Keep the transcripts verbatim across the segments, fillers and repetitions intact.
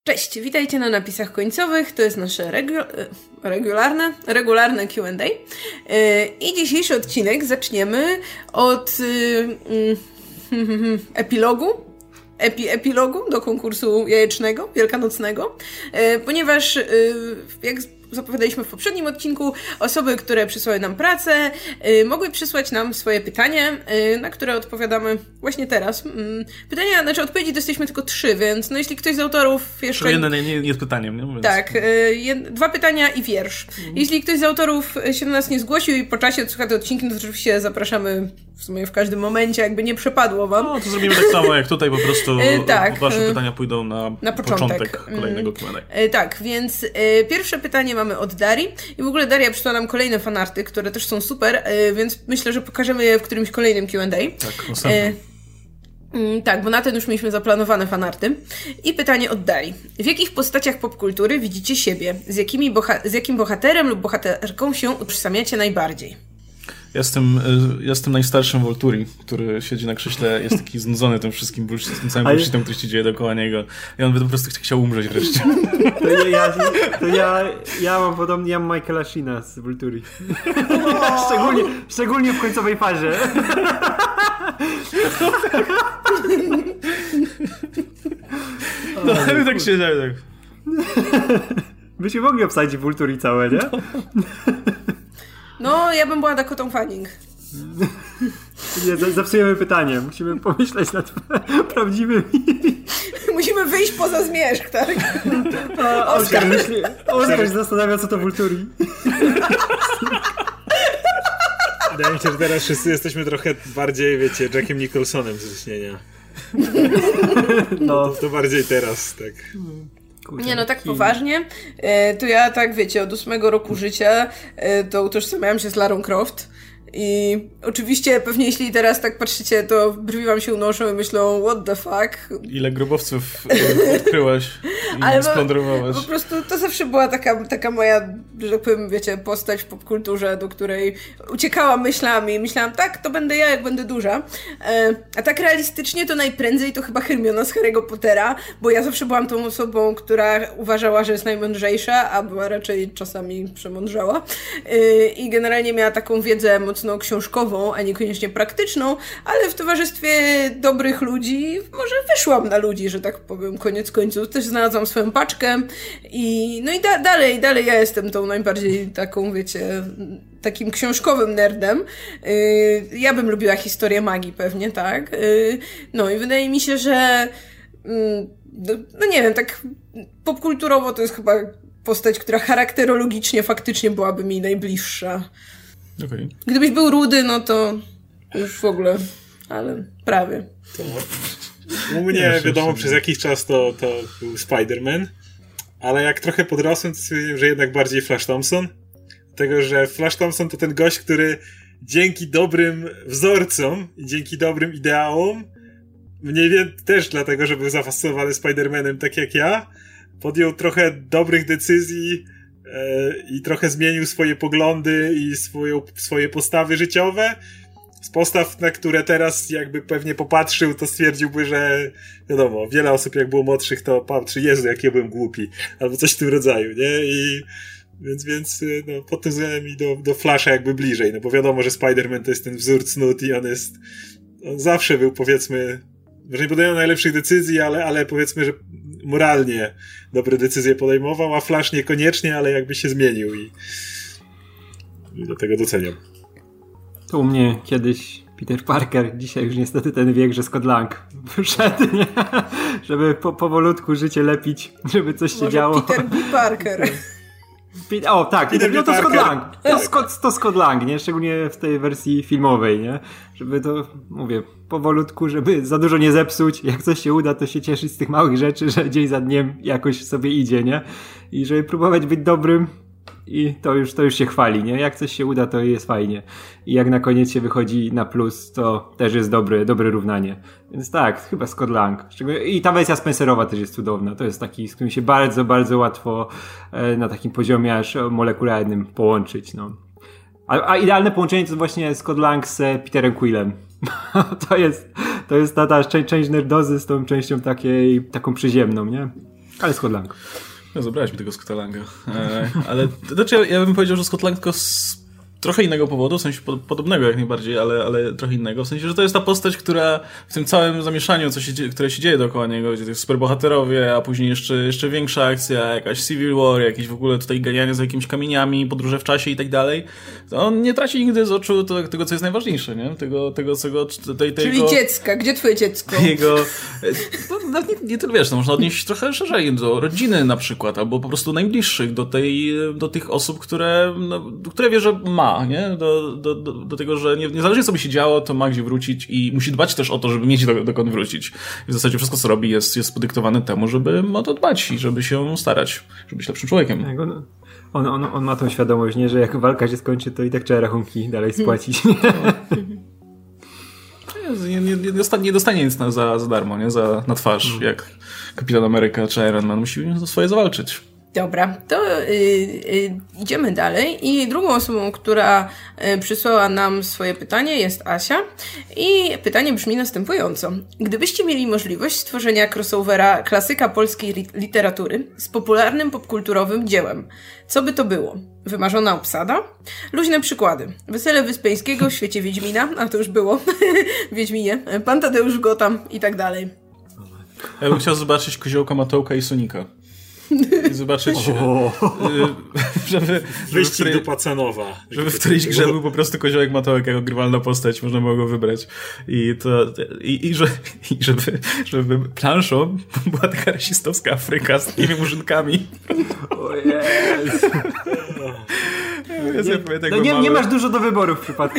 Cześć, witajcie na napisach końcowych, to jest nasze regu- regularne, regularne Q and A i dzisiejszy odcinek zaczniemy od epilogu, epi, epilogu do konkursu jajecznego, wielkanocnego, ponieważ jak zapowiadaliśmy w poprzednim odcinku, osoby, które przysłały nam pracę, yy, mogły przysłać nam swoje pytanie, yy, na które odpowiadamy właśnie teraz. Yy, pytania, znaczy odpowiedzi dostaliśmy tylko trzy, więc no jeśli ktoś z autorów jeszcze... To jedno nie, nie jest pytaniem, nie? Więc... Tak, yy, jed... dwa pytania i wiersz. Mhm. Jeśli ktoś z autorów się do nas nie zgłosił i po czasie odsłucha te odcinki, no to oczywiście zapraszamy w sumie w każdym momencie, jakby nie przepadło wam. No, to zrobimy tak samo jak tutaj, po prostu yy, tak, wasze yy, pytania pójdą na, na początek, początek kolejnego Q and A. Yy, tak, więc yy, pierwsze pytanie mamy od Darii i w ogóle Daria przysłała nam kolejne fanarty, które też są super, yy, więc myślę, że pokażemy je w którymś kolejnym Q and A. Tak, następnym. Yy, tak, bo na ten już mieliśmy zaplanowane fanarty. I pytanie od Darii. W jakich postaciach popkultury widzicie siebie? Z, jakimi boha- z jakim bohaterem lub bohaterką się utożsamiacie najbardziej? Ja jestem, ja jestem najstarszym Volturi, który siedzi na krześle, jest taki znudzony tym wszystkim bullshit, tym całym bullshitem, który się dzieje dookoła niego. I on by po prostu chciał umrzeć wreszcie. To ja, ja, to ja, ja mam podobnie, ja mam Michaela Sheena z Volturi. szczególnie, szczególnie w końcowej fazie. No, ale tak się dzieje, tak. Byśmy mogli obsadzić Volturi całe, nie? No, ja bym była Dakotą Fanning. Nie, zepsujemy pytanie. Musimy pomyśleć nad prawdziwymi. Musimy wyjść poza zmierzch, tak? A, Oskar myśli, Oskar się zastanawia, co to Volturi. Wydaje mi się, że teraz wszyscy jesteśmy trochę bardziej, wiecie, Jackiem Nicholsonem z Wyśnienia. No. To, to bardziej teraz, tak. Kurczę, nie, no tak poważnie, to ja tak, wiecie, od ósmego roku życia to utożsamiałam się z Larą Croft i oczywiście pewnie jeśli teraz tak patrzycie, to brwi wam się unoszą i myślą, what the fuck? Ile grobowców odkryłaś i ale splądrowałaś. Po prostu to zawsze była taka, taka moja, że tak powiem, wiecie, postać w popkulturze, do której uciekałam myślami. Myślałam, tak, to będę ja, jak będę duża. A tak realistycznie to najprędzej to chyba Hermiona z Harry'ego Pottera, bo ja zawsze byłam tą osobą, która uważała, że jest najmądrzejsza, a była raczej czasami przemądrzała. I generalnie miała taką wiedzę mocno książkową, a niekoniecznie praktyczną, ale w towarzystwie dobrych ludzi może wyszłam na ludzi, że tak powiem, koniec końców. Też znalazłam swoją paczkę i no i da- dalej, dalej ja jestem tą najbardziej taką, wiecie, takim książkowym nerdem. Yy, ja bym lubiła historię magii pewnie, tak? Yy, no i wydaje mi się, że yy, no, no nie wiem, tak popkulturowo to jest chyba postać, która charakterologicznie faktycznie byłaby mi najbliższa. Okay. Gdybyś był rudy, no to już w ogóle, ale prawie. To u mnie, ja wiadomo, przez jakiś czas to, to był Spider-Man, ale jak trochę podrosłem, to stwierdziłem, że jednak bardziej Flash Thompson. Dlatego, że Flash Thompson to ten gość, który dzięki dobrym wzorcom i dzięki dobrym ideałom, mniej więcej też dlatego, że był zafascynowany Spider-Manem tak jak ja, podjął trochę dobrych decyzji i trochę zmienił swoje poglądy i swoją, swoje postawy życiowe. Z postaw, na które teraz jakby pewnie popatrzył, to stwierdziłby, że wiadomo, wiele osób jak było młodszych, to patrzy, Jezu, jak ja byłem głupi, albo coś w tym rodzaju, nie? I więc, więc no, pod tym względem i do, do Flasha jakby bliżej, no bo wiadomo, że Spider-Man to jest ten wzór cnót i on jest, on zawsze był, powiedzmy, może nie podejmował najlepszych decyzji, ale, ale powiedzmy, że moralnie dobre decyzje podejmował, a Flash niekoniecznie, ale jakby się zmienił i, i dlatego doceniam. To u mnie kiedyś Peter Parker, dzisiaj już niestety ten wiek, że Scott Lang wyszedł, nie? Żeby po, powolutku życie lepić, żeby coś się Może działo. Peter B. Parker. O tak, Peter no to Parker. Scott Lang. To Scott, to Scott Lang, nie? Szczególnie w tej wersji filmowej, nie? Żeby to, mówię, powolutku, żeby za dużo nie zepsuć. Jak coś się uda, to się cieszyć z tych małych rzeczy, że dzień za dniem jakoś sobie idzie, nie? I żeby próbować być dobrym i to już, to już się chwali, nie? Jak coś się uda, to jest fajnie. I jak na koniec się wychodzi na plus, to też jest dobre, dobre równanie. Więc tak, chyba Scott Lang. I ta wersja Spencerowa też jest cudowna. To jest taki, z którym się bardzo, bardzo łatwo e, na takim poziomie aż molekularnym połączyć, no. A, a idealne połączenie to właśnie Scott Lang z Peterem Quillem. to jest, to jest ta, ta część nerdozy z tą częścią takiej, taką przyziemną, nie? Ale Scott Lang. No, zabrałeś mi tego Scotta Langa. E, ale to znaczy ja, ja bym powiedział, że Scott Lang tylko z trochę innego powodu, w sensie pod, podobnego jak najbardziej, ale, ale trochę innego. W sensie, że to jest ta postać, która w tym całym zamieszaniu, co się, które się dzieje dookoła niego, gdzie to jest superbohaterowie, a później jeszcze, jeszcze większa akcja, jakaś Civil War, jakieś w ogóle tutaj ganianie za jakimiś kamieniami, podróże w czasie i tak dalej, to on nie traci nigdy z oczu to, tego, co jest najważniejsze, nie? Tego, tego, czego... Tej, tej, Czyli jego, dziecka. Gdzie twoje dziecko? Jego... No, nie, nie tyle, wiesz, no, można odnieść trochę szerzej do rodziny na przykład, albo po prostu najbliższych, do tej, do tych osób, które, no, które wie, że ma, nie? Do, do, do, do tego, że nie, niezależnie co by się działo, to ma gdzie wrócić i musi dbać też o to, żeby mieć do, dokąd wrócić. W zasadzie wszystko, co robi, jest, jest podyktowane temu, żeby o to dbać i żeby się starać, żeby być lepszym człowiekiem. On, on, on, on ma tą świadomość, nie, że jak walka się skończy, to i tak trzeba rachunki dalej spłacić. Nie, nie, nie, dostanie, nie dostanie nic na, za, za darmo, nie? Za, na twarz, mm. jak Kapitan Ameryka czy Iron Man. Musi za swoje zawalczyć. Dobra, to y, y, idziemy dalej i drugą osobą, która y, przysłała nam swoje pytanie jest Asia i pytanie brzmi następująco. Gdybyście mieli możliwość stworzenia crossovera klasyka polskiej ri- literatury z popularnym popkulturowym dziełem, co by to było? Wymarzona obsada? Luźne przykłady. Wesele Wyspiańskiego w świecie Wiedźmina, a to już było w Wiedźminie, Pan Tadeusz Gotham i tak dalej. Ja bym chciał zobaczyć Koziołka, Matołka i Sonika. I zobaczyć, żeby... Wyścig której, do Pacanowa. Żeby w którejś grze był po prostu Koziołek Matołek jako grywalna postać, można było go wybrać. I to... I, i, że, i żeby, żeby planszą była taka rasistowska Afryka z takimi murzynkami. O jest. Ja nie, pamiętam, no nie, nie masz dużo do wyboru w przypadku.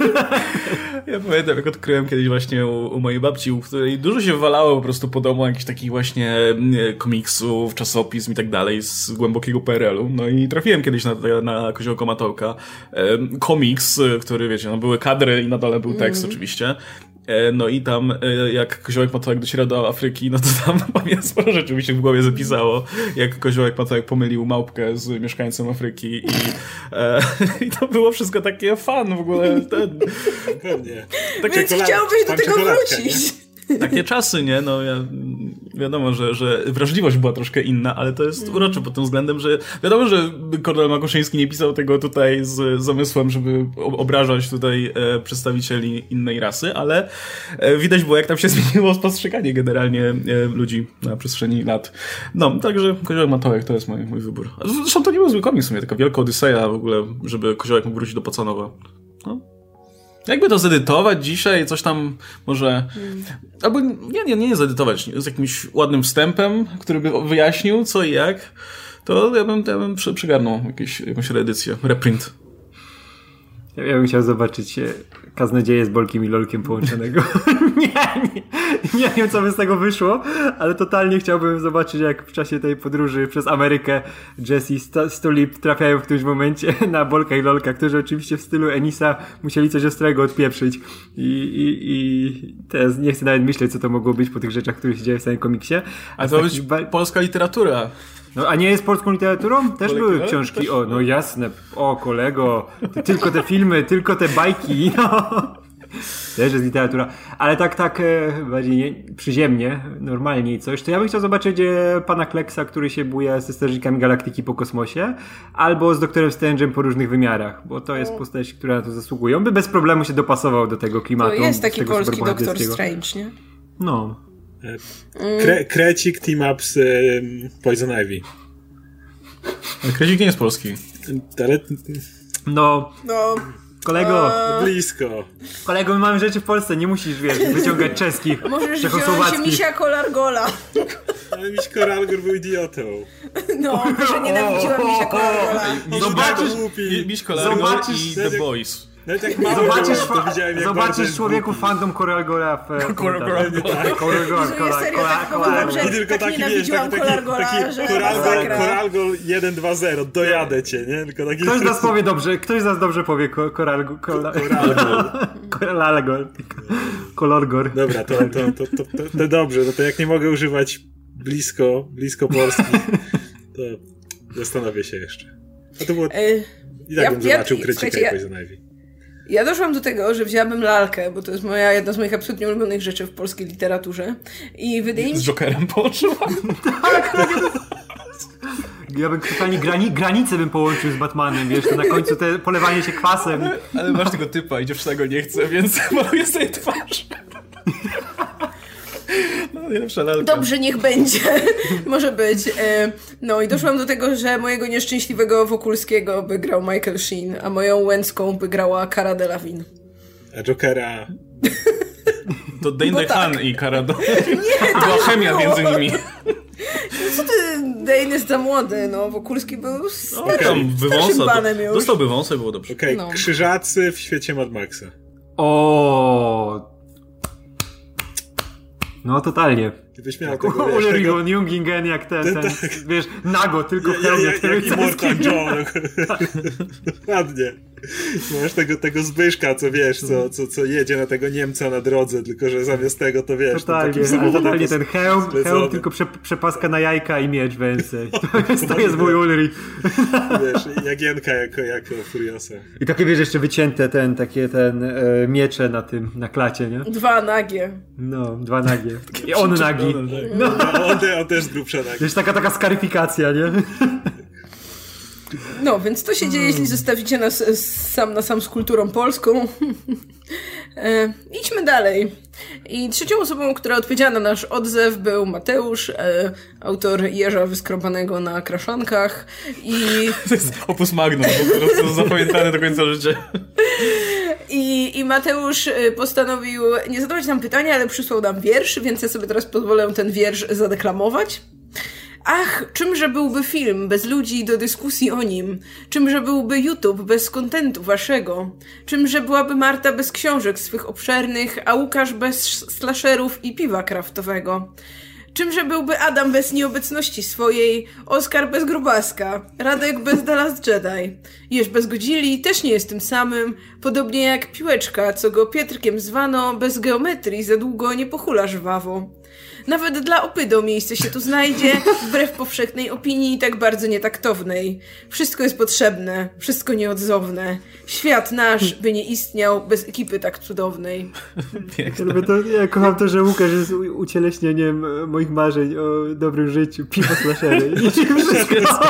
Ja pamiętam, jak odkryłem kiedyś właśnie u, u mojej babci, u której dużo się wywalało po prostu po domu jakichś takich właśnie komiksów, czasopism i tak dalej z głębokiego P R L-u. No i trafiłem kiedyś na, na Koziołka Matołka. Komiks, który wiecie, no były kadry i na dole był tekst mm. oczywiście. No i tam, jak Koziołek Matołek dociera do Afryki, no to tam pamiętam sporo rzeczy mi się w głowie zapisało, jak Koziołek Matołek pomylił małpkę z mieszkańcem Afryki i, e, i to było wszystko takie fan w ogóle. Ten, Pewnie. Takie Więc chciałbyś do tego wrócić. Nie? Takie czasy, nie? No ja, wiadomo, że, że wrażliwość była troszkę inna, ale to jest urocze pod tym względem, że wiadomo, że Kornel Makuszyński nie pisał tego tutaj z zamysłem, żeby obrażać tutaj e, przedstawicieli innej rasy, ale e, widać było, jak tam się zmieniło spostrzeganie generalnie e, ludzi na przestrzeni lat. No, także Koziołek Matołek to jest mój, mój wybór. Zresztą to nie był zły komiks w sumie, taka wielka odyseja w ogóle, żeby Koziołek mógł wrócić do Pacanowa. No. Jakby to zedytować dzisiaj, coś tam może... Hmm. Albo nie, nie, nie zedytować, z jakimś ładnym wstępem, który by wyjaśnił co i jak, to ja bym, ja bym przy, przygarnął jakieś, jakąś reedycję, reprint. Ja, ja bym chciał zobaczyć Kaznodzieje z Bolkiem i Lolkiem połączonego. nie, nie, nie wiem, co by z tego wyszło, ale totalnie chciałbym zobaczyć, jak w czasie tej podróży przez Amerykę Jesse i Stulip trafiają w którymś momencie na Bolka i Lolka, którzy oczywiście w stylu Enisa musieli coś ostrego odpieprzyć. I, i, i teraz nie chcę nawet myśleć, co to mogło być po tych rzeczach, które się dzieje w samym komiksie. A, a to być ba- polska literatura. No, a nie jest polską literaturą? Też Kolego, były książki. Też... O, no jasne. O, kolego. Tylko te filmy, tylko te bajki. No. Też jest literatura. Ale tak, tak e, bardziej nie, przyziemnie, normalniej coś. To ja bym chciał zobaczyć e, pana Kleksa, który się buja ze strażnikami galaktyki po kosmosie, albo z doktorem Strange'em po różnych wymiarach, bo to jest postać, która na to zasługuje. On by bez problemu się dopasował do tego klimatu. To jest taki polski doktor Strange, nie? No. Kre- Krecik team up z um, Poison Ivy. Ale Krecik nie jest polski. Ale... No. No. Kolego. A... Blisko. Kolego, my mamy rzeczy w Polsce, nie musisz, wiesz, wyciągać czeskich. Możesz wziąć się Misia Kolargola. Ale Miś Kolargor był idiotą. No, że nienawidziłam Misia Kolargola. Zobaczysz, Miś Kolargor i The Boys. Nawet jak mało zobaczysz, było, to widziałem, jak zobaczysz człowieku fandom Kolargora w... Kolargor. I tylko taki, wiesz, taki Koralgol jeden dwa zero, dojadę cię, nie? Tylko taki... Ktoś z nas powie dobrze, ktoś z nas dobrze powie Koralgor. Koralgor. Kolorgor. Dobra, to, to, to, to, to, to dobrze, no to jak nie mogę używać blisko, blisko polskich, to zastanowię się jeszcze. A to było... I tak bym zobaczył Krecika i Poison Ivy. Ja doszłam do tego, że wzięłabym lalkę, bo to jest moja, jedna z moich absolutnie ulubionych rzeczy w polskiej literaturze. I wydaje mi się... Z Jokerem połączyłam. Tak, tak. Ja bym totalnie grani- granicę bym połączył z Batmanem, wiesz, to na końcu te polewanie się kwasem. Ale, ale masz tego typa i dziewczyna go nie chce, więc maluję sobie twarz. No, najlepsza lalka. Dobrze, niech będzie. Może być. No i doszłam do tego, że mojego nieszczęśliwego Wokulskiego by grał Michael Sheen, a moją Łęcką by grała Cara Delevingne. A Jokera... To Dane DeHaan tak. i Cara do... Nie, to była chemia było. między nimi. No co ty, Dane jest za młody, no. Wokulski był stary, No, tam wywąsa, panem już. dostał wywąsa i było dobrze. Okej, No. okay. Krzyżacy w świecie Mad Maxa. O. No totalnie. Gdybyś miał tego, wiesz, Ulrich tego... von Jungingen jak ten, ten, tak. wiesz, nago, tylko w Ja, hełmie ja, jak rycerskim. Immortal Joe. Ładnie. Masz tego, tego Zbyszka, co wiesz, co, co, co jedzie na tego Niemca na drodze, tylko że zamiast tego to wiesz... Totalnie, to takim totalnie ten hełm, splecony. hełm tylko prze, przepaska na jajka i miecz w ręce. To jest, to jest mój Ulrich. Wiesz, Jagienka jako, jako Furiosa. I takie wiesz, jeszcze wycięte ten, takie ten e, miecze na tym, na klacie, nie? Dwa nagie. No, dwa nagie. I on nagi. No. No, on, te, on też z grubsza nagi. Wiesz, taka, taka skaryfikacja, nie? No, więc to się dzieje, jeśli zostawicie nas e, sam na sam z kulturą polską. e, idźmy dalej. I trzecią osobą, która odpowiedziała na nasz odzew, był Mateusz, e, autor Jeża Wyskrobanego na Kraszankach. I, To jest opus magnum, po prostu zapamiętane do końca życia. i, I Mateusz postanowił nie zadawać nam pytania, ale przysłał nam wiersz, więc ja sobie teraz pozwolę ten wiersz zadeklamować. Ach, czymże byłby film bez ludzi do dyskusji o nim? Czymże byłby YouTube bez kontentu waszego? Czymże byłaby Marta bez książek swych obszernych, a Łukasz bez slasherów i piwa kraftowego? Czymże byłby Adam bez nieobecności swojej, Oskar bez Grubaska, Radek bez The Last Jedi? Jeż bez Godzilli też nie jest tym samym, podobnie jak Piłeczka, co go Pietrkiem zwano, bez geometrii za długo nie pochula żwawo. Nawet dla Opydo miejsce się tu znajdzie, wbrew powszechnej opinii tak bardzo nietaktownej. Wszystko jest potrzebne, wszystko nieodzowne. Świat nasz by nie istniał bez ekipy tak cudownej. Ja, lubię to, ja kocham to, że Łukasz jest u- ucieleśnieniem moich marzeń o dobrym życiu, piwo slashery. I wszystko.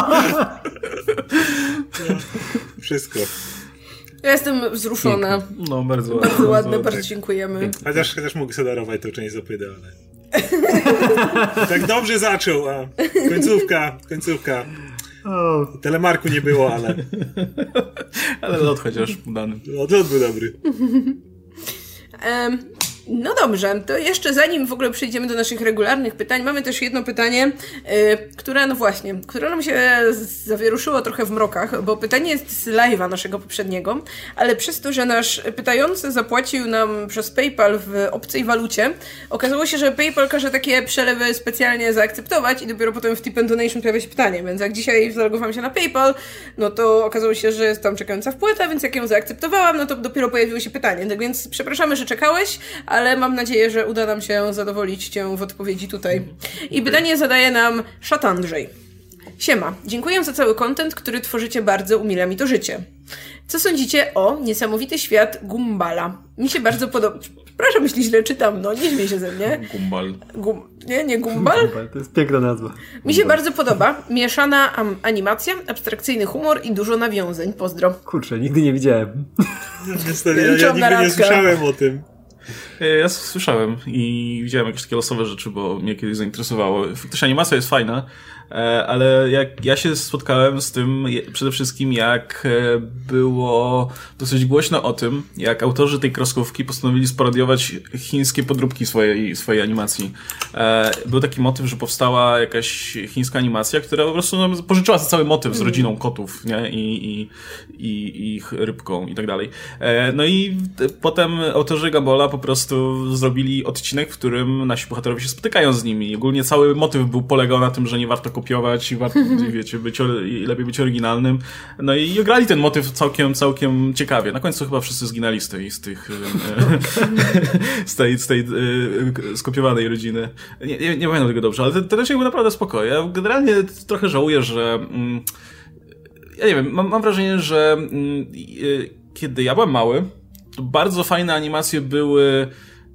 Wszystko. Ja jestem wzruszona. No, bardzo Bardzo ładne. ładne, bardzo dziękujemy. Chociaż, chociaż mógł sobie darować to część z Opydy, ale... Tak dobrze zaczął, a końcówka, końcówka. O. Telemarku nie było, ale... Ale lot chociaż udany. Odlot był dobry. Um, no dobrze, to jeszcze zanim w ogóle przejdziemy do naszych regularnych pytań, mamy też jedno pytanie, y, które, no właśnie, które nam się zawieruszyło trochę w mrokach, bo pytanie jest z live'a naszego poprzedniego, ale przez to, że nasz pytający zapłacił nam przez PayPal w obcej walucie, okazało się, że PayPal każe takie przelewy specjalnie zaakceptować i dopiero potem w Tip and Donation pojawia się pytanie, więc jak dzisiaj zalogowałam się na PayPal, no to okazało się, że jest tam czekająca wpłata, więc jak ją zaakceptowałam, no to dopiero pojawiło się pytanie, tak więc przepraszamy, że czekałeś, ale mam nadzieję, że uda nam się zadowolić cię w odpowiedzi tutaj. I pytanie zadaje nam Szat Andrzej. Siema, dziękuję za cały content, który tworzycie, bardzo umila mi to życie. Co sądzicie o niesamowity świat Gumballa? Mi się bardzo podoba... Przepraszam, jeśli źle czytam, no nie śmiej się ze mnie. Gumball. Gum... Nie, nie Gumball? To jest piękna nazwa. Mi się bardzo podoba. Mieszana am- animacja, abstrakcyjny humor i dużo nawiązań. Pozdro. Kurczę, nigdy nie widziałem. Niestety, ja, ja Liczą na nigdy nie Radka. słyszałem o tym. Ja słyszałem i widziałem jakieś takie losowe rzeczy, bo mnie kiedyś zainteresowało. Faktycznie animacja jest fajna, ale jak ja się spotkałem z tym przede wszystkim, jak było dosyć głośno o tym, jak autorzy tej kreskówki postanowili sparodiować chińskie podróbki swojej, swojej animacji. Był taki motyw, że powstała jakaś chińska animacja, która po prostu no, pożyczyła cały motyw z rodziną kotów, nie? I, i, i, i ich rybką i tak dalej. No i potem autorzy Gumballa po prostu zrobili odcinek, w którym nasi bohaterowie się spotykają z nimi. I ogólnie cały motyw był polegał na tym, że nie warto kopiować i warto, wiecie, być, i lepiej być oryginalnym. No i grali ten motyw całkiem, całkiem ciekawie. Na końcu chyba wszyscy zginęli z tej, z tych, z tej, z tej skopiowanej rodziny. Nie, nie, nie pamiętam tego dobrze, ale ten, ten był naprawdę spoko. Ja generalnie trochę żałuję, że mm, ja nie wiem, mam, mam wrażenie, że mm, kiedy ja byłem mały, bardzo fajne animacje były,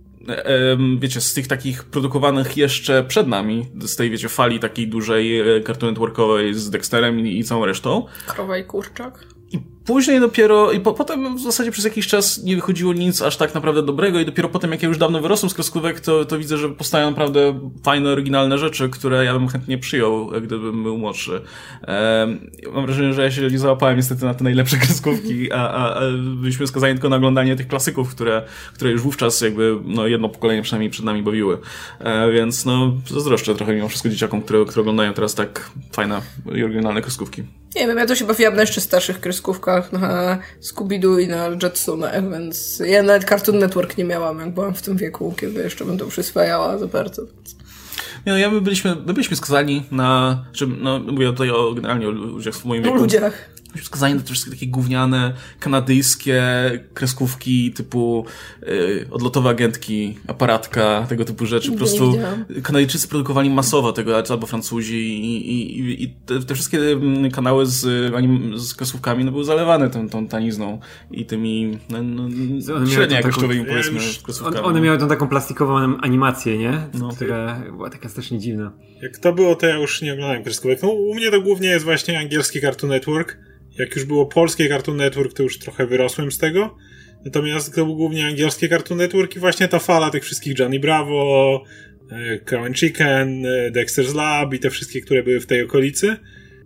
wiecie, z tych takich produkowanych jeszcze przed nami, z tej, wiecie, fali takiej dużej Cartoon Networkowej z Dexterem i, i całą resztą. Krowa i kurczak. I później dopiero, i po, potem w zasadzie przez jakiś czas nie wychodziło nic aż tak naprawdę dobrego i dopiero potem, jak ja już dawno wyrosłem z kreskówek, to, to widzę, że powstają naprawdę fajne, oryginalne rzeczy, które ja bym chętnie przyjął, gdybym był młodszy. Ehm, mam wrażenie, że ja się nie załapałem niestety na te najlepsze kreskówki, a, a, a byliśmy skazani tylko na oglądanie tych klasyków, które, które już wówczas jakby, no jedno pokolenie przynajmniej przed nami bawiły. E, więc no, zazdroszczę trochę mimo wszystko dzieciakom, które, które oglądają teraz tak fajne i oryginalne kreskówki. Nie wiem, ja to się bawiłam na jeszcze starszych kreskówkach, na Scooby-Doo i na Jetsonach, więc ja nawet Cartoon Network nie miałam, jak byłam w tym wieku, kiedy jeszcze bym to przyswajała za bardzo. Nie, no ja my byliśmy, my byliśmy skazani na, czy, no mówię tutaj o, generalnie o ludziach w moim wieku. O ludziach. Byliśmy skazani na te wszystkie takie gówniane, kanadyjskie kreskówki typu y, odlotowe agentki, aparatka, tego typu rzeczy. Po prostu Kanadyjczycy produkowali masowo tego, albo Francuzi i, i, i te, te wszystkie kanały z, anim, z kreskówkami no, były zalewane tą, tą tanizną i tymi no, no, średnio jakościowymi, powiedzmy, już, kreskówkami. On, one miały tą taką plastikową animację, nie? No. Która była taka strasznie dziwna. Jak to było, to ja już nie oglądałem kreskówek. No u mnie to głównie jest właśnie angielski Cartoon Network. Jak już było polskie Cartoon Network, to już trochę wyrosłem z tego. Natomiast to był głównie angielskie Cartoon Network i właśnie ta fala tych wszystkich Johnny Bravo, Cow and Chicken, Dexter's Lab i te wszystkie, które były w tej okolicy.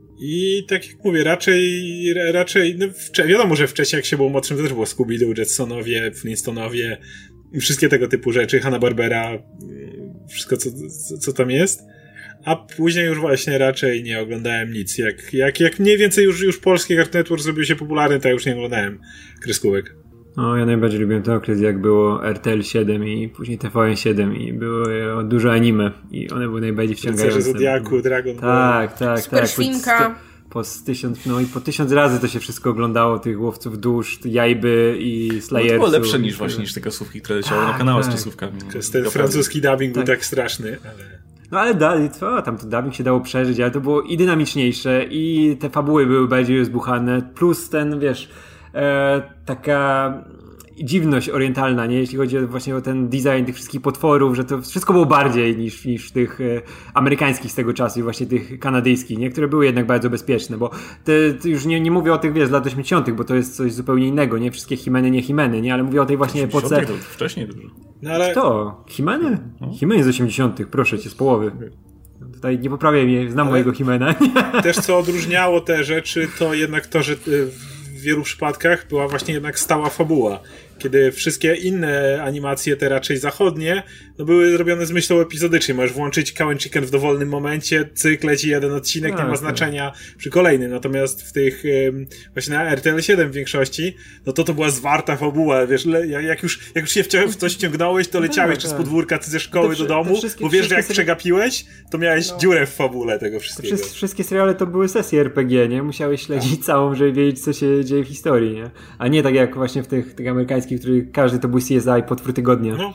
I tak jak mówię, raczej, raczej no, wiadomo, że wcześniej jak się było młodszym, to też było Scooby-Doo, Jetsonowie, Flintstonowie, wszystkie tego typu rzeczy, Hanna-Barbera, wszystko co, co, co tam jest. A później już właśnie raczej nie oglądałem nic. Jak, jak, jak mniej więcej już, już polski Cartoon Network zrobił się popularny, to ja już nie oglądałem kreskówek. No, ja najbardziej lubiłem ten okres, jak było R T L siedem i później T V N siedem i było dużo anime i one były najbardziej wciągające. Rycerze Zodiaku, Dragon Ball. Tak, tak, Super tak. Świnka. Po, po tysiąc, no i po tysiąc razy to się wszystko oglądało, tych Łowców Dusz, Jajby i Slayersów. No to było lepsze niż właśnie niż te kreskówki, które leciały tak, na kanałach tak. z kreskówkami. Ten francuski dubbing tak. był tak straszny, ale... No ale dalej, to, tam to dubbing się dało przeżyć, ale to było i dynamiczniejsze, i te fabuły były bardziej rozbuchane, plus ten, wiesz, e, taka dziwność orientalna, nie? Jeśli chodzi o, właśnie o ten design tych wszystkich potworów, że to wszystko było bardziej niż, niż tych e, amerykańskich z tego czasu i właśnie tych kanadyjskich, nie? Które były jednak bardzo bezpieczne, bo te, te już nie, nie mówię o tych, wiesz, z lat osiemdziesiątych, bo to jest coś zupełnie innego, nie? Wszystkie Himeny, nie Himeny, nie? Ale mówię o tej właśnie epoce... To wcześniej dużo. No ale... Kto? Himeny? Himeny z osiemdziesiątych, proszę cię, z połowy. Tutaj nie poprawiaj mnie, znam ale mojego Himena. Też co odróżniało te rzeczy, to jednak to, że w wielu przypadkach była właśnie jednak stała fabuła. Kiedy wszystkie inne animacje, te raczej zachodnie, no były zrobione z myślą epizodycznie. Możesz włączyć Cow and Chicken w dowolnym momencie, cykl leci jeden odcinek, A, nie ma okay. znaczenia przy kolejnym. Natomiast w tych, właśnie na R T L siedem w większości, no to to była zwarta fabuła, wiesz, jak już, jak już się w coś wciągnąłeś, to leciałeś przez podwórka ze szkoły do domu, bo wiesz, że jak przegapiłeś, to miałeś no. dziurę w fabule tego wszystkiego. Wszystkie, wszystkie seriale to były sesje R P G, nie? Musiałeś śledzić całą, żeby wiedzieć, co się dzieje w historii, nie? A nie tak jak właśnie w tych, tych amerykańskich, w których każdy to był C S I, potwór tygodnia. No.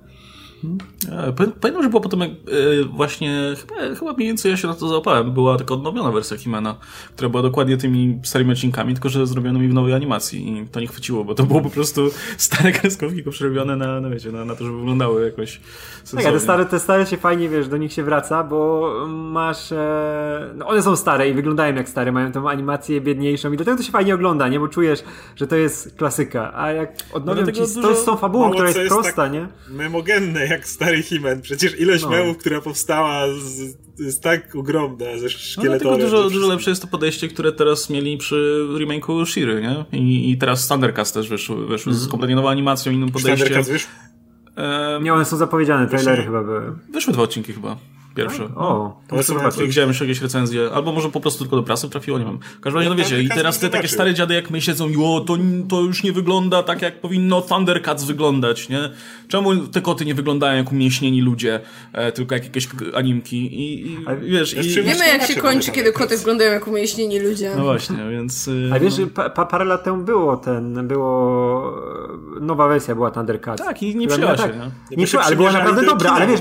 Pamiętam, że było potem właśnie, chyba, chyba mniej więcej ja się na to załapałem, była taka odnowiona wersja He-Mana, która była dokładnie tymi starymi odcinkami, tylko że zrobionymi w nowej animacji i to nie chwyciło, bo to było po prostu stare kreskówki, tylko przerobione na, na, wiecie, na, na to, żeby wyglądały jakoś sensownie. Tak, a te stare, te stare się fajnie, wiesz, do nich się wraca, bo masz, e... no one są stare i wyglądają jak stare, mają tą animację biedniejszą i dlatego to się fajnie ogląda, nie, bo czujesz, że to jest klasyka, a jak odnowią ci dużo... to z tą fabułą, która jest, jest prosta, tak nie? Memogenne jak stary He-Man. Przecież ilość no. memów, która powstała z, jest tak ogromna ze szkieletorem. No, dużo, dużo lepsze jest to podejście, które teraz mieli przy remake'u She-Ry, nie? I, i teraz Thundercats też wyszły, wyszły mm. z kompletnie nową animacją, innym podejściem. Thundercats wyszły? Um, nie, one są zapowiedziane, trailery chyba były. Wyszły dwa odcinki chyba. Pierwsze. O, o to są widziałem już jakieś recenzje, albo może po prostu tylko do prasy trafiło, nie wiem. W każdym razie, no wiecie, i teraz te takie stare dziady jak my siedzą, o, to, to już nie wygląda tak, jak powinno Thundercats wyglądać, nie? Czemu te koty nie wyglądają jak umieśnieni ludzie, e, tylko jak jakieś animki i, i a, wiesz... I, wiemy jak się kończy, kiedy koty wyglądają jak umieśnieni ludzie. No właśnie, więc... A wiesz, no. pa, pa, parę lat temu było ten, było... Nowa wersja była Thundercats. Tak, i nie przyjęła się, tak, nie? Nie przyjęła, ale była naprawdę dobra, ale wiesz, miała...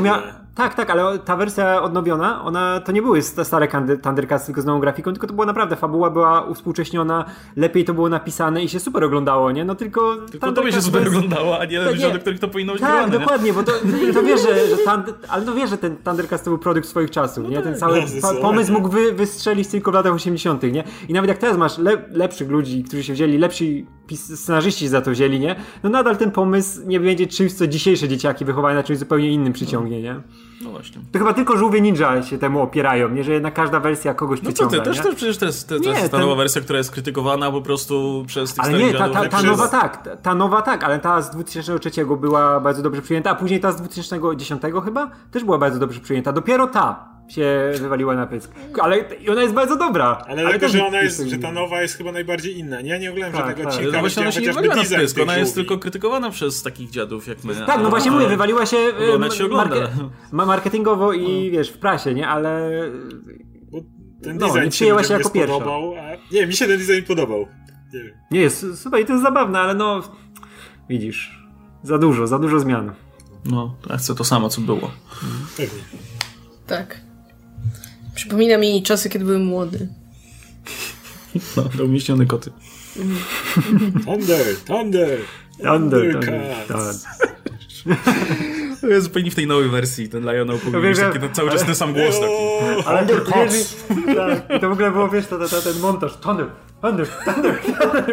Tak, tak, ale ta wersja odnowiona, ona to nie były stare Thundercats tylko z nową grafiką, tylko to była naprawdę, fabuła była uwspółcześniona, lepiej to było napisane i się super oglądało, nie? No tylko... Tylko to by się super bez... oglądało, a nie telewizja, do których to powinno być tak, grane, dokładnie, nie? bo to, to wiesz, że, że Thunder, ale to wiesz, że ten Thundercats to był produkt swoich czasów, no nie? Ten cały no, pomysł mógł wy, wystrzelić tylko w latach osiemdziesiątych, nie? I nawet jak teraz masz le, lepszych ludzi, którzy się wzięli, lepsi scenarzyści za to wzięli, nie? No nadal ten pomysł nie będzie czymś, co dzisiejsze dzieciaki wychowane na czymś zupełnie innym przyciągnie, nie? No właśnie. To chyba tylko żółwie ninja się temu opierają, nie? Że jednak każda wersja kogoś no przyciąga, No co ty, też, też przecież to jest, to, to nie, jest ta ten... nowa wersja, która jest krytykowana po prostu przez tych ale nie, ta, ta, ta przez... nowa tak, ta, ta nowa tak, ale ta z dwa tysiące trzeciego była bardzo dobrze przyjęta, a później ta z dwa tysiące dziesiątego chyba też była bardzo dobrze przyjęta. Dopiero ta się wywaliła na pysk. Ale ona jest bardzo dobra. Ale, ale dlatego, że ona jest, że ta nowa jest chyba najbardziej inna. Nie, nie oglądam tak, żadnego tak. odcinka. No właśnie ona się nie wywaliła na pysk, ona jest tylko krytykowana przez takich dziadów jak my. Tak, no właśnie mówię, wywaliła się, ona się ogląda. Marke- marketingowo i no. wiesz, w prasie, nie? Ale bo ten no, design nie przyjęła się jako pierwsza. Podobał, a... Nie, mi się ten design podobał. Nie, wiem. nie jest, słuchaj, to jest zabawne, ale no widzisz, za dużo, za dużo zmian. No, ja chcę to samo, co było. Pewnie. Tak. Przypomina mi czasy, kiedy byłem młody. No, do umieśnione koty. Thunder, Thunder, Thunder, Thunder. To jest zupełnie w tej nowej wersji, ten Lionel powinien no, taki cały czas ten sam głos taki. Ale wiesz, tak, to w ogóle było, wiesz, to, to, to, ten montaż. Thunder, Thunder, Thunder, Thunder.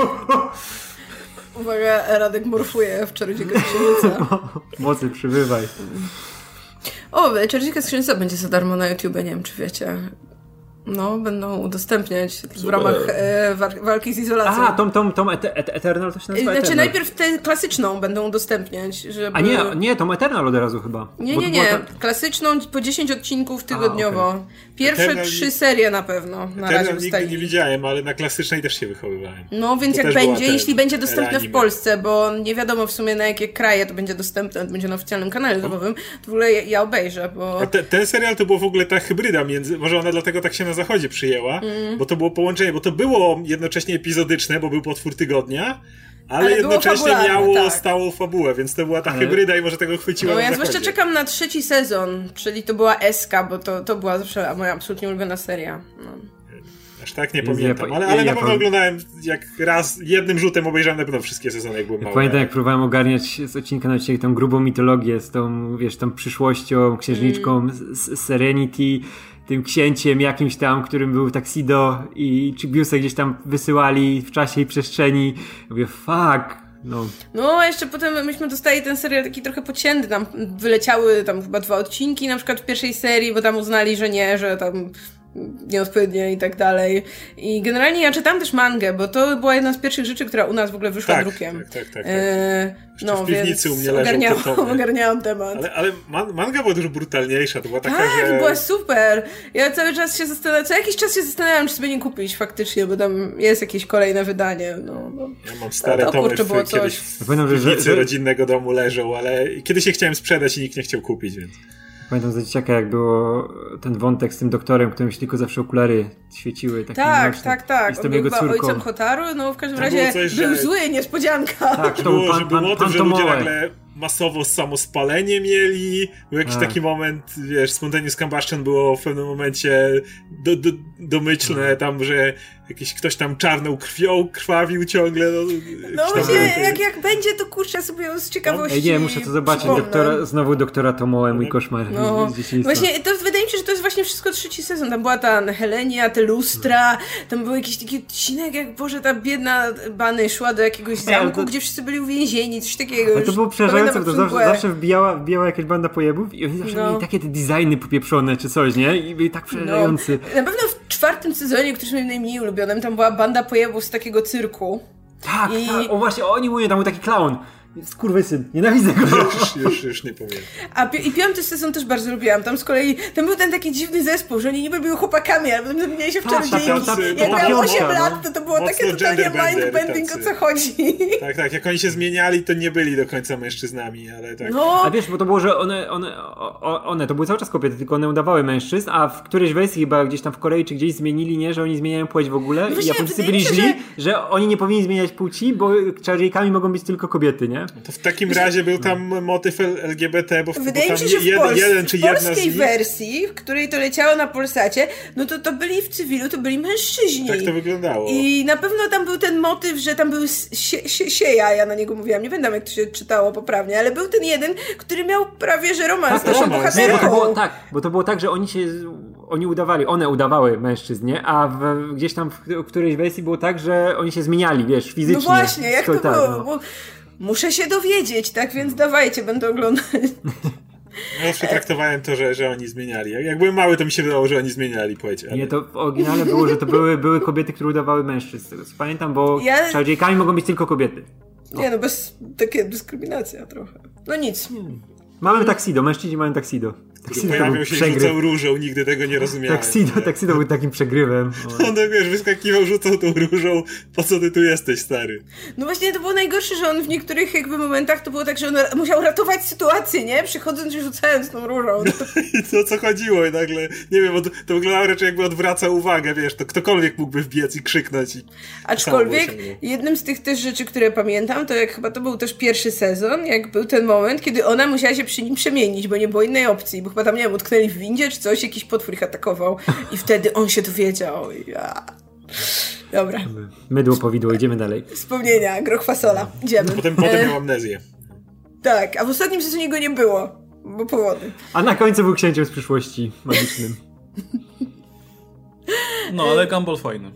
Uwaga, Radek morfuje w Czarodziejkę z Księżyca. Mocy przybywaj. O, Czarodziejka z Księżyca będzie za darmo na YouTubie, nie wiem czy wiecie. No, będą udostępniać w Super. ramach e, walki z izolacją. A, tą, tą, tą et- et- Eternal to się nazywa Znaczy Eternal. najpierw tę klasyczną będą udostępniać, żeby... A nie, nie, tą Eternal od razu chyba. Nie, nie, nie. Ta... Klasyczną po dziesięć odcinków tygodniowo. A, okay. Pierwsze Eternal... trzy serie na pewno. Na Eternal razie nigdy ustali. nie widziałem, ale na klasycznej też się wychowywałem. No, więc to jak będzie, ten, jeśli będzie dostępne reanime. w Polsce, bo nie wiadomo w sumie na jakie kraje to będzie dostępne, to będzie na oficjalnym kanale YouTube'owym, to w ogóle ja, ja obejrzę, bo... A te, ten serial to było w ogóle ta hybryda między... Może ona dlatego tak się na zachodzie przyjęła, Mm. bo to było połączenie, bo to było jednocześnie epizodyczne, bo był potwór tygodnia, ale, ale jednocześnie miało tak. stałą fabułę, więc to była ta ale... hybryda i może tego chwyciła no, na ja zachodzie. zwłaszcza czekam na trzeci sezon, czyli to była Eska, bo to, to była zawsze moja absolutnie ulubiona seria. No. Aż tak nie pamiętam, ale, ale ja, ja na pewno pamię... oglądałem, jak raz jednym rzutem obejrzałem na pewno wszystkie sezony, jak byłem mały. Pamiętam, jak próbowałem ogarniać z odcinka na odcinek tą grubą mitologię z tą, wiesz, tą przyszłością, księżniczką mm. z Serenity, tym księciem jakimś tam, którym był Tuxedo i Chibiusa gdzieś tam wysyłali w czasie i przestrzeni. Mówię, fuck, no. No, a jeszcze potem myśmy dostali ten serial taki trochę pocięty, tam wyleciały tam chyba dwa odcinki na przykład w pierwszej serii, bo tam uznali, że nie, że tam nieodpowiednie i tak dalej. I generalnie ja czytałam też mangę, bo to była jedna z pierwszych rzeczy, która u nas w ogóle wyszła tak, drukiem. Tak, tak, tak. tak. E, no, w piwnicy u mnie ogarniałam, ogarniałam temat. Ale, ale man, manga była dużo brutalniejsza, to była taka, tak, że... była super. Ja cały czas się zastanawiam, co jakiś czas się zastanawiam, czy sobie nie kupić faktycznie, bo tam jest jakieś kolejne wydanie. No, no. Ja mam stare to, to, tomy, było kiedyś coś. w piwnicy że... rodzinnego domu leżą, ale kiedyś je chciałem sprzedać i nikt nie chciał kupić, więc... Pamiętam za dzieciaka, jak było ten wątek z tym doktorem, którym się tylko zawsze okulary świeciły. Tak, mroczne. tak, tak. I z tą jego córką. Ojcem Hotaru, no w każdym to razie coś, był że... zły, niespodzianka. Tak, to było, pan, że był pan, motyw, pan że ludzie nagle masowo samospalenie mieli. Był jakiś tak. taki moment, wiesz, Spontaneous Combustion było w pewnym momencie do, do, domyślne no. tam, że jakiś ktoś tam czarną krwią krwawił ciągle. No, no właśnie, jak, jak będzie, to kurczę sobie z ciekawości. Ej, nie, muszę to zobaczyć. Doktora, znowu doktora Tomoe, mój koszmar. No. Właśnie, to wydaje mi się, że to jest właśnie wszystko trzeci sezon. Tam była ta Helenia, te lustra, tam był jakiś taki odcinek, jak Boże, ta biedna Bunny szła do jakiegoś zamku, to... gdzie wszyscy byli uwięzieni, coś takiego. Ale to było przerażające, bo to zawsze, zawsze wbijała, wbijała jakaś banda pojebów i oni zawsze no. mieli takie te designy popieprzone czy coś, nie? I byli tak przerażający. No. Na pewno w czwartym sezonie, który jest moim najmniej ulubionym, tam była banda pojebów z takiego cyrku. Tak, I... tak. O właśnie, oni mówią, tam był taki clown. Skurwysyn, nienawidzę go. Już, już, już nie pamiętam. A pi- i piąty sezon też bardzo lubiłam. Tam z kolei, tam był ten taki dziwny zespół, że oni niby byli chłopakami, ale potem zamieniali się w czarodziejki. Jak miał osiem lat, to to było Mocno takie totalnie mindbending, o co chodzi. Tak, tak, jak oni się zmieniali, to nie byli do końca mężczyznami, ale tak. No. A wiesz, bo to było, że one, one, one, to były cały czas kobiety, tylko one udawały mężczyzn, a w którejś wersji chyba gdzieś tam w Korei czy gdzieś zmienili, nie, że oni zmieniają płeć w ogóle. No I Japończycy byli źli, że... że oni nie powinni zmieniać płci, bo czarodziejkami mogą być tylko kobiety, nie? nie? To w takim razie był tam motyw L G B T, bo, Wydaje bo mi tam się, że w, jeden, Pols- jeden czy w jedna z polskiej nich... wersji, w której to leciało na Polsacie, no to to byli w cywilu, to byli mężczyźni. Tak to wyglądało. I na pewno tam był ten motyw, że tam był sie, sie, sieja, ja na niego mówiłam, nie pamiętam jak to się czytało poprawnie, ale był ten jeden, który miał prawie, że romans z Tak, naszą romans. Nie, bo to bohaterką. było tak, bo to było tak, że oni się, oni udawali, one udawały mężczyzn, nie? A w, gdzieś tam w, w którejś wersji było tak, że oni się zmieniali, wiesz, fizycznie. No właśnie, jak to tak, było? no. Bo muszę się dowiedzieć, tak więc dawajcie, będę oglądać. Ja zawsze traktowałem to, że, że oni zmieniali. Jak, jak byłem mały, to mi się wydawało, że oni zmieniali płeć. Ale... Nie, to w oryginale było, że to były, były kobiety, które udawały mężczyzn, z tego co pamiętam, bo Ja- czarodziejkami mogą być tylko kobiety. Nie no, bez, takie dyskryminacja trochę. No nic. Mamy taksido, mężczyźni mają taksido. Taksido to był Pojawiał się i przegryw. rzucał różą, nigdy tego nie rozumiałem. Taksido, taksido był takim przegrywem. O. On, wiesz, wyskakiwał, rzucał tą różą, po co ty tu jesteś, stary? No właśnie to było najgorsze, że on w niektórych jakby momentach to było tak, że on ra- musiał ratować sytuację, nie? Przychodząc i rzucając tą różą. No to... I to o co chodziło i nagle, nie wiem, bo to, to wyglądało raczej jakby odwracał uwagę, wiesz, to ktokolwiek mógłby wbiec i krzyknąć. I... Aczkolwiek Samo było. jednym z tych też rzeczy, które pamiętam, to jak chyba to był też pierwszy sezon, jak był ten moment, kiedy ona musiała się przy nim przemienić, bo nie było innej opcji, bo chyba tam, nie wiem, utknęli w windzie czy coś, jakiś potwór ich atakował i wtedy on się dowiedział. I ja... Dobra. Mydło powidło, idziemy dalej. Wspomnienia, groch fasola. Idziemy. Potem, potem E, miał amnezję. tak, a w ostatnim sezonie go nie było, bo powody. A na końcu był księciem z przyszłości magicznym. No, ale Gumball fajny.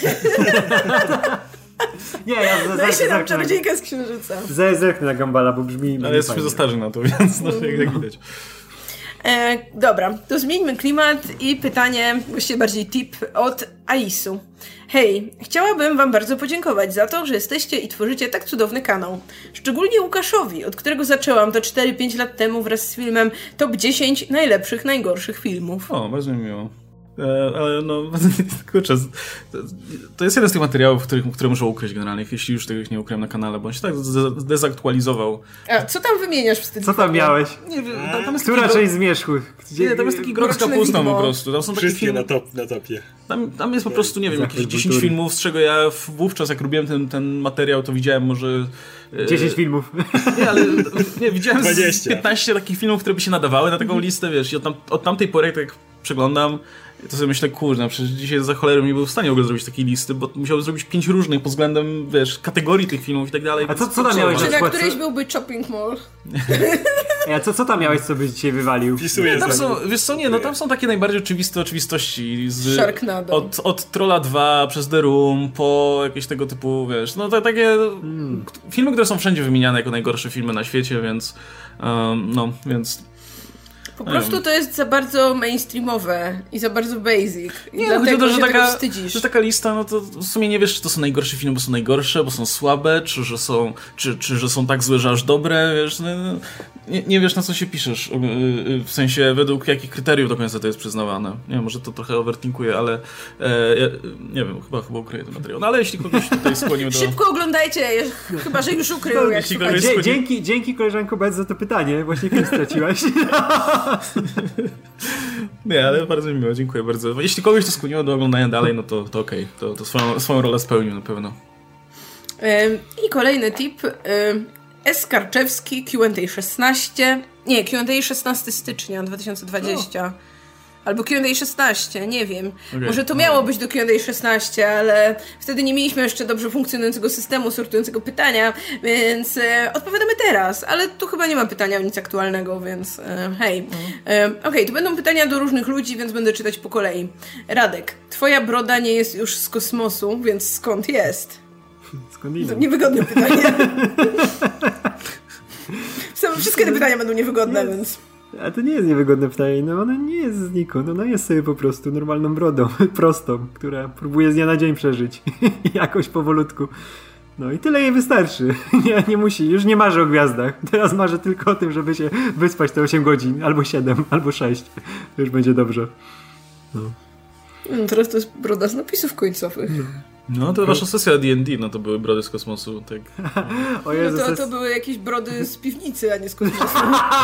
Nie, ja z- Daj z- się nam zerknę, czarodziejka z księżyca. z- zerknę na Gambala, bo brzmi... Ale brzmi jesteśmy fajnie. za starzy na to, więc no, jak, jak widać. E, dobra, to zmieńmy klimat i pytanie, właściwie bardziej tip od Aisu. Hej, chciałabym wam bardzo podziękować za to, że jesteście i tworzycie tak cudowny kanał. Szczególnie Łukaszowi, od którego zaczęłam to cztery pięć lat temu wraz z filmem Top dziesięć najlepszych, najgorszych filmów. O, bardzo mi miło. E, ale no, kurczę, to jest jeden z tych materiałów, których, które muszę ukryć generalnie, jeśli już tego nie ukryłem na kanale, bo on się tak zdezaktualizował. A co tam wymieniasz wstyd? Co tam miałeś? Nie wiem, tam, tam jest Która taki część zmierzchu? Gdzie... Nie, tam jest taki grok z Mroczne kapustą widmo. po prostu. Tam są takie Wszystkie filmy, na, top, na topie. tam, tam jest po prostu, nie wiem, Zachwyt jakieś dziesięć kultury. filmów, z czego ja w- wówczas, jak robiłem ten, ten materiał, to widziałem może... e, dziesięć filmów. Nie, ale nie, widziałem z dwadzieścia. piętnaście takich filmów, które by się nadawały na taką listę, wiesz, i od, tam, od tamtej pory, jak tak przeglądam, to sobie myślę, kurczę, przecież dzisiaj za cholerą nie był w stanie w ogóle zrobić takiej listy, bo musiałbym zrobić pięć różnych pod względem, wiesz, kategorii tych filmów i tak dalej. A co- więc co tam miałeś, Czy że- na przykład, którejś co- byłby Shopping Mall? A co, co tam miałeś, co byś dzisiaj wywalił? Wpisuję Tam za- są, wiesz co, nie, no tam są takie najbardziej oczywiste oczywistości. Z, Sharknado. od, od Trolla dwa przez The Room po jakieś tego typu, wiesz, no to takie Hmm. k- filmy, które są wszędzie wymieniane jako najgorsze filmy na świecie, więc um, no, więc Po Nie prostu wiem. to jest za bardzo mainstreamowe i za bardzo basic. I Nie, no chodzi o dlatego to, że się tego taka, wstydzisz. że taka lista, no to w sumie nie wiesz, czy to są najgorsze filmy, bo są najgorsze, bo są słabe, czy że są, czy, czy że są tak złe, że aż dobre, wiesz, no, no, nie, nie wiesz, na co się piszesz, y, y, w sensie według jakich kryteriów do końca to jest przyznawane. Nie wiem, może to trochę overthinkuję, ale e, ja, nie wiem, chyba, chyba ukryję ten materiał. No ale jeśli kogoś tutaj skłonimy do... Szybko oglądajcie, je- chyba że już ukrył. Jak jeśli słuchacie. kogoś- Dzie- dzięki, dzięki koleżanko Bez za to pytanie, właśnie film straciłaś. Nie, ale bardzo mi miło, dziękuję bardzo. Jeśli kogoś to skłoniło do oglądania dalej, no to, to okej, to, to swoją, swoją rolę spełnił na pewno. Ym, I kolejny tip. Ym, S. Karczewski, Q and A szesnaście. Nie, Q and A szesnastego stycznia dwa tysiące dwudziestego. Albo Q and A szesnaście, nie wiem. Okej. Może to miało być do Q and A szesnaście, ale wtedy nie mieliśmy jeszcze dobrze funkcjonującego systemu sortującego pytania, więc e, odpowiadamy teraz. Ale tu chyba nie ma pytania o nic aktualnego, więc e, hej. E, Okej, to będą pytania do różnych ludzi, więc będę czytać po kolei. Radek, twoja broda nie jest już z kosmosu, więc skąd jest? Skąd To idę? niewygodne pytanie. Same, wszystkie te pytania będą niewygodne, więc... A to nie jest niewygodne pytanie, no ona nie jest znikąd, ona jest sobie po prostu normalną brodą, prostą, która próbuje z dnia na dzień przeżyć, jakoś powolutku. No i tyle jej wystarczy, nie, nie musi, już nie marzy o gwiazdach, teraz marzy tylko o tym, żeby się wyspać te osiem godzin, albo siedem, albo sześć, już będzie dobrze. No, teraz to jest broda z napisów końcowych. No to wasza sesja D and D, no to były brody z kosmosu, tak. O Jezu, no to, to były jakieś brody z piwnicy, a nie z kosmosu.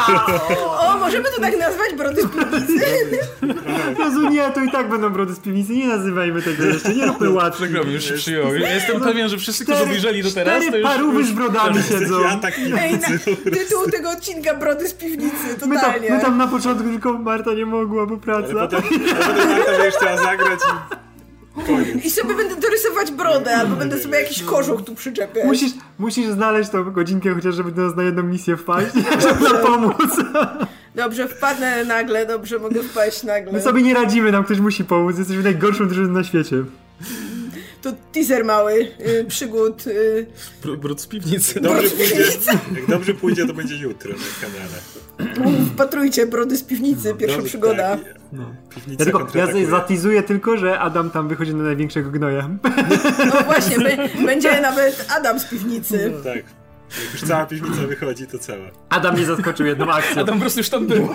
O, możemy to tak nazwać, brody z piwnicy? Jezu, nie, to i tak będą brody z piwnicy, nie nazywajmy tego jeszcze, nie róbmy łatwiej. Przykro mi, już się przyjął. Ja jestem pewien, że wszyscy, którzy obejrzeli do teraz, to Cztery już... parówy z brodami siedzą. Ja tak Ej, na, tytuł tego odcinka brody z piwnicy, My tam, totalnie. my tam na początku tylko Marta nie mogła, bo Ale praca. potem, ale potem Marta będziesz chciała zagrać i koniec. I sobie będę dorysować brodę, albo będę sobie jakiś kożuch tu przyczepiać. Musisz, musisz znaleźć tą godzinkę chociaż, żeby do nas na jedną misję wpaść, żeby nam pomóc. Dobrze, wpadnę nagle, dobrze, mogę wpaść nagle. My sobie nie radzimy, nam ktoś musi pomóc, jesteśmy najgorszą drużyną na świecie. To teaser mały, y, przygód. Y, Br- Brud z piwnicy. Dobrze pójdzie, jak dobrze pójdzie, to będzie jutro na kanale. wpatrujcie, brody z piwnicy, pierwsza Dobrze, przygoda. Tak, No. Piwnica Ja, tylko, ja kontratakuje. zatizuję tylko, że Adam tam wychodzi na największego gnoja. No właśnie, be, będzie nawet Adam z piwnicy. Tak. Jak już cała piwnica wychodzi, to cała. Adam mnie zaskoczył jedną akcją. A tam po prostu już tam był.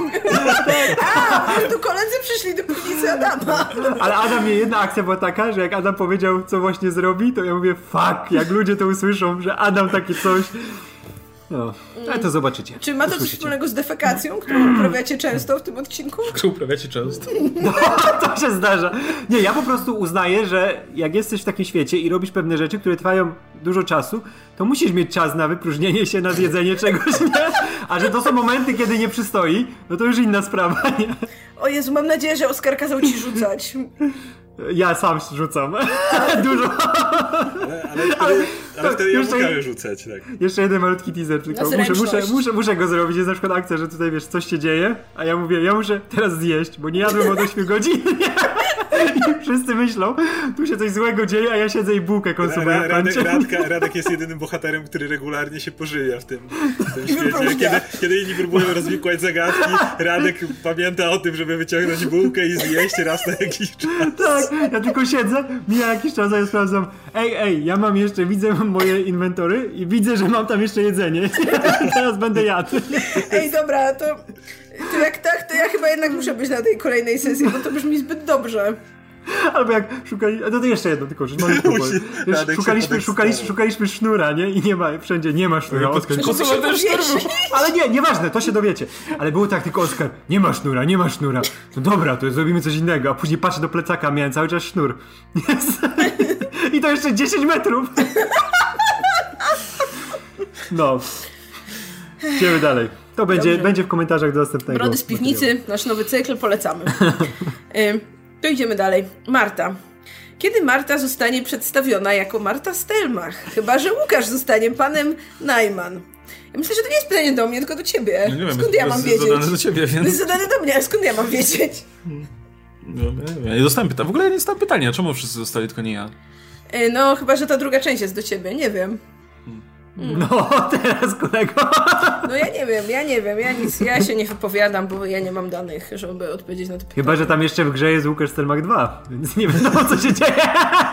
A, tu koledzy przyszli do piwnicy Adama. Ale Adam, mnie jedna akcja była taka, że jak Adam powiedział, co właśnie zrobi, to ja mówię, fuck, jak ludzie to usłyszą, że Adam takie coś... No, ale to zobaczycie. Czy ma to coś Usłyszycie. wspólnego z defekacją, którą uprawiacie często w tym odcinku? Czy uprawiacie często? To się zdarza. Nie, ja po prostu uznaję, że jak jesteś w takim świecie i robisz pewne rzeczy, które trwają dużo czasu, to musisz mieć czas na wypróżnienie się, na zjedzenie czegoś, nie? A że to są momenty, kiedy nie przystoi, no to już inna sprawa, nie? O Jezu, mam nadzieję, że Oskar kazał ci rzucać. Ja sam rzucam. Dużo. Ale, ale, wtedy, ale wtedy ja jeszcze- mogę rzucać, tak. Jeszcze jeden malutki teaser, tylko Na muszę, muszę, zręczność. muszę, muszę go zrobić. Jest na przykład akcja, że tutaj wiesz, coś się dzieje, a ja mówię, ja muszę teraz zjeść, bo nie jadłem od ośmiu godzin. I wszyscy myślą, tu się coś złego dzieje, a ja siedzę i bułkę konsumuję. Ra, w Radek, kącie. Radka, Radek jest jedynym bohaterem, który regularnie się pożywia w tym, w tym świecie. wypróżnia. Kiedy, kiedy inni próbują rozwikłać zagadki, Radek pamięta o tym, żeby wyciągnąć bułkę i zjeść raz na jakiś czas. Tak, ja tylko siedzę, mija jakiś czas, a ja sprawdzam, ej, ej, ja mam jeszcze, widzę moje inwentory i widzę, że mam tam jeszcze jedzenie. Teraz będę jadł. Ej, dobra, to, to jak tak, to ja chyba jednak muszę być na tej kolejnej sesji, bo to brzmi zbyt dobrze. Albo jak szukali, no to jeszcze jedno, tylko że malutko Musi- powiem. Wiesz, Radek się szukaliśmy, szukaliśmy, podekscytował. szukaliśmy sznura, nie? I nie ma, wszędzie nie ma sznura. Oskar, Po co wam ten sznur? ale nie, nieważne, to się dowiecie. Ale było tak, tylko Oskar, nie ma sznura, nie ma sznura. No dobra, to zrobimy coś innego. A później patrzę do plecaka, miałem cały czas sznur. Jest. I to jeszcze dziesięć metrów. No. Idziemy dalej. To będzie, Dobrze. będzie w komentarzach do następnego. Brody z piwnicy, materiału. nasz nowy cykl, polecamy. Ym, to idziemy dalej. Marta. Kiedy Marta zostanie przedstawiona jako Marta Stelmach? Chyba że Łukasz zostanie panem Najman. Ja myślę, że to nie jest pytanie do mnie, tylko do ciebie. No nie wiem, Skąd jest- ja mam jest wiedzieć? zadane do ciebie, To więc... jest zadane do mnie, ale skąd ja mam wiedzieć? No, ja, nie wiem, ja nie dostałem pytania. W ogóle ja nie dostałem pytania. Czemu wszyscy zostali, tylko nie ja? Y, No, chyba że ta druga część jest do ciebie, nie wiem. No, teraz kolego. No ja nie wiem, ja nie wiem, ja nic, ja się nie wypowiadam, bo ja nie mam danych, żeby odpowiedzieć na to pytanie. Chyba, że tam jeszcze w grze jest Łukasz Stelmach dwa, więc nie wiadomo, co się dzieje.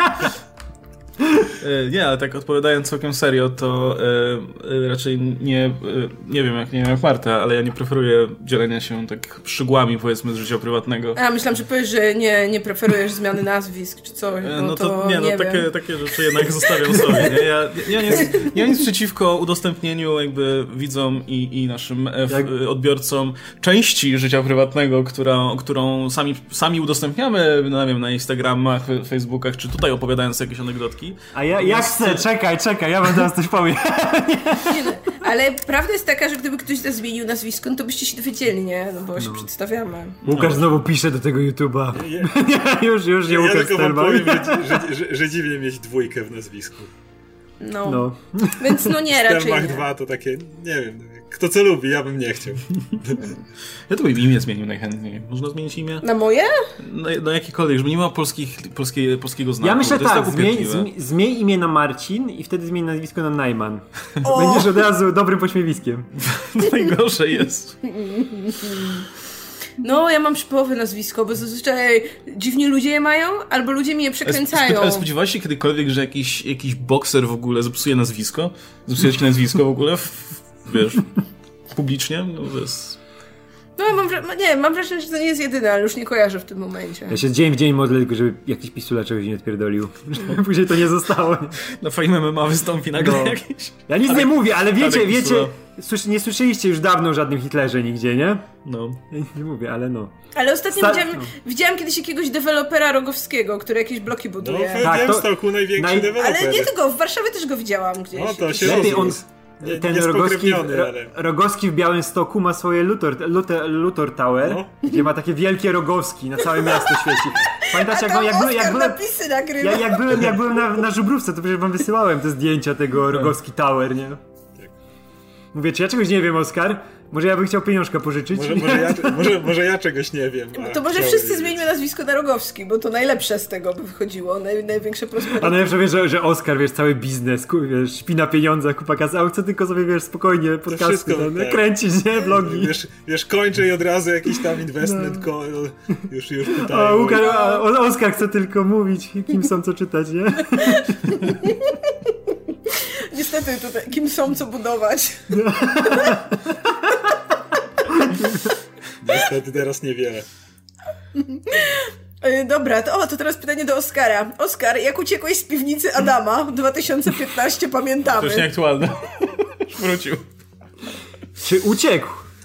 E, Nie, ale tak odpowiadając całkiem serio, to e, e, raczej nie, e, nie wiem jak nie wiem jak Marta, ale ja nie preferuję dzielenia się tak szczegółami, powiedzmy, z życia prywatnego. A, myślałam, że powiesz, że nie, nie preferujesz zmiany nazwisk czy coś, E, no, No to, to nie, no nie takie, wiem. takie rzeczy jednak zostawiam sobie. Nie? Ja, ja nie, nie mam nic przeciwko udostępnieniu jakby widzom i, i naszym e, f, Jak- odbiorcom części życia prywatnego, która, którą sami, sami udostępniamy, no, nie wiem, na Instagramach, Facebookach, czy tutaj opowiadając jakieś anegdotki. A ja, ja chcę, czekaj, czekaj, ja wam teraz coś powiem. Nie, no, ale prawda jest taka, że gdyby ktoś z nas zmienił nazwisko, no to byście się dowiedzieli, nie? No bo się przedstawiamy. Łukasz znowu pisze do tego YouTube'a. Ja, Nie, już, już nie ja Łukasz tylko wam Stelmach. powiem, że, że, że, że dziwnie mieć dwójkę w nazwisku. No. No. Więc no nie, raczej Stelmach nie. dwa to takie, nie wiem, kto co lubi, ja bym nie chciał. Ja to bym imię zmienił najchętniej. Można zmienić imię? Na moje? Na, na jakiekolwiek, żeby nie ma polskich, polskie, polskiego znaku. Ja myślę to jest tak, zmień, upierdliwe. zmi- zmień imię na Marcin i wtedy zmień nazwisko na Najman. O! Będziesz od razu dobrym pośmiewiskiem. Najgorsze jest. No, ja mam przypołowe nazwisko, bo zazwyczaj dziwni ludzie je mają, albo ludzie mi je przekręcają. Ale spodziewałeś się kiedykolwiek, że jakiś, jakiś bokser w ogóle zepsuje nazwisko? Zepsuje ci nazwisko w ogóle? W, wiesz, publicznie? No to jest... No, mam, wra- nie, mam wrażenie, że to nie jest jedyne, ale już nie kojarzę w tym momencie. Ja się dzień w dzień modlę, tylko żeby jakiś pisula czegoś nie odpierdolił. Żeby później to nie zostało. Na Fame M M A wystąpi nagle No. jakiś. Ja nic nie mówię, ale wiecie, Tadek wiecie, Pisula. słysz, nie słyszeliście już dawno o żadnym Hitlerze nigdzie, nie? No. Ja nic nie mówię, ale no. Ale ostatnio Sta- widziałam, no. widziałam kiedyś jakiegoś dewelopera rogowskiego, który jakieś bloki No, buduje. w Tak, to- Białymstoku największy naj- deweloper. Ale nie tylko, w Warszawie też go widziałam gdzieś. No to się Lepiej on, rozumie. Nie- ten nie Rogowski, spokrewniony, ale- Rogowski w Białymstoku ma swoje Luthor, Luthor, Luthor Tower, No. gdzie ma takie wielkie Rogowski, na całe miasto świeci. Pamiętacie, jak, Tam jak, byłem, jak, Oskar byłem, napisy nagrywa. ja, jak byłem, jak byłem na, na Żubrówce, to przecież wam wysyłałem te zdjęcia tego Rogowski Tower, nie? Mówię, czy ja czegoś nie wiem, Oskar? Może ja bym chciał pieniążka pożyczyć? Może, może, ja, może, może ja czegoś nie wiem. a To może chciałem wszyscy wiedzieć. zmieńmy nazwisko na Rogowski, bo to najlepsze z tego by wychodziło, naj, największe prosperity. A najlepsze wiesz, że, że Oskar, wiesz, cały biznes, ku- wiesz, śpi na pieniądzach, kupa kasy, a on chce tylko sobie, wiesz, spokojnie podcasty wszystko, tam, tak. kręcić, nie? Vlogi. Wiesz, wiesz, kończę i od razu jakiś tam investment ko- już, już A, pytają. Łukasz, a o- Oskar chce tylko mówić, kim są, co czytać, nie? Niestety tutaj, kim są, co budować. Niestety teraz niewiele. Yy, Dobra, to, o, to teraz pytanie do Oskara. Oskar, jak uciekłeś z piwnicy Adama dwa tysiące piętnaście, To pamiętamy. już nieaktualne. Już wrócił. Czy uciekł?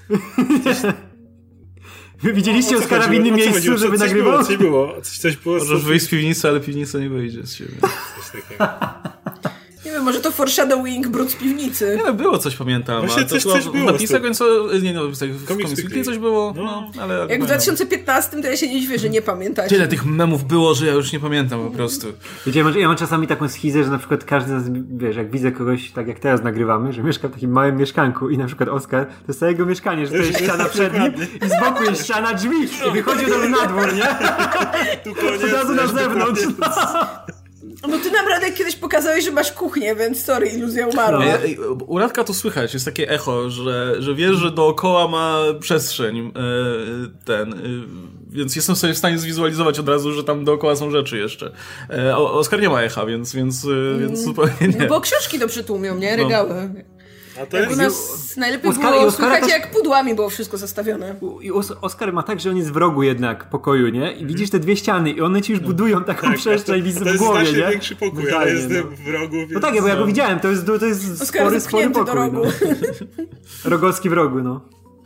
Wy widzieliście O co Oskara w chodziło? innym O co miejscu, chodziło? żeby coś nagrywał? Było, coś było, coś, coś było. Możesz wyjść z piwnicy, ale piwnica nie wyjdzie z siebie. Coś takiego. Nie wiem, może to foreshadowing, brud z piwnicy. Nie no, było coś, pamiętam. Właśnie ale to coś- chyba coś w było napisach, z więc nie no, w Comics Comics Weekly. Weekly coś było, No. no, ale... Jak w dwa tysiące piętnastym, to ja się nie dziwię, że nie pamiętacie. Tyle tych memów było, że ja już nie pamiętam po prostu. Wiecie, ja mam- ja mam czasami taką schizę, że na przykład każdy z nas, wiesz, jak widzę kogoś, tak jak teraz nagrywamy, że mieszka w takim małym mieszkanku i na przykład Oskar, to jest całe jego mieszkanie, że to jest ściana przed nim i z boku jest ściana drzwi i wychodzi do na dwór, nie? Tu koniec, Od razu na wiesz, zewnątrz. No ty nam, Radek, kiedyś pokazałeś, że masz kuchnię, więc sorry, iluzja umarła. Ej, ej, U Radka to słychać, jest takie echo, że, że wiesz, że dookoła ma przestrzeń e, ten, e, więc jestem sobie w stanie zwizualizować od razu, że tam dookoła są rzeczy jeszcze. E, o- Oskar nie ma echa, więc, więc, e, więc zupełnie No nie. bo książki to przytłumią, nie? Regały. A to Jak u jest... nas najlepiej Oskar- było i Oskara słychać, też- jak pudłami było wszystko zastawione. I Os- Oskar ma tak, że on jest w rogu jednak pokoju, nie? I widzisz te dwie ściany i one ci już budują taką Tak, przestrzeń to, wiz to w jest głowie, znacznie nie? większy pokój, ale Totalnie, jest no. w rogu, więc... No tak, bo ja go widziałem, to jest, to jest Oskar spory, spory zepchnięty do pokój. rogu. No. Rogowski w rogu, no.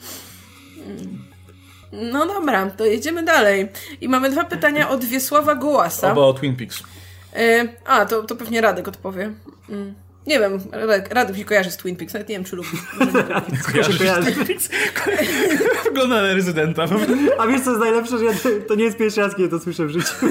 No dobra, to jedziemy dalej. I mamy dwa pytania od Wiesława Gołasa. Oba o Twin Peaks. E, a, to, to pewnie Radek odpowie. Mm. Nie wiem, Radek, Radek się kojarzy z Twin Peaks, nawet nie wiem, czy lubi. Może nie lubi. Kojarzysz kojarzy. Twin Peaks? Wygląda na rezydenta. A wiesz co jest najlepsze, że ja to, to nie jest pierwszy raz, kiedy to słyszę w życiu.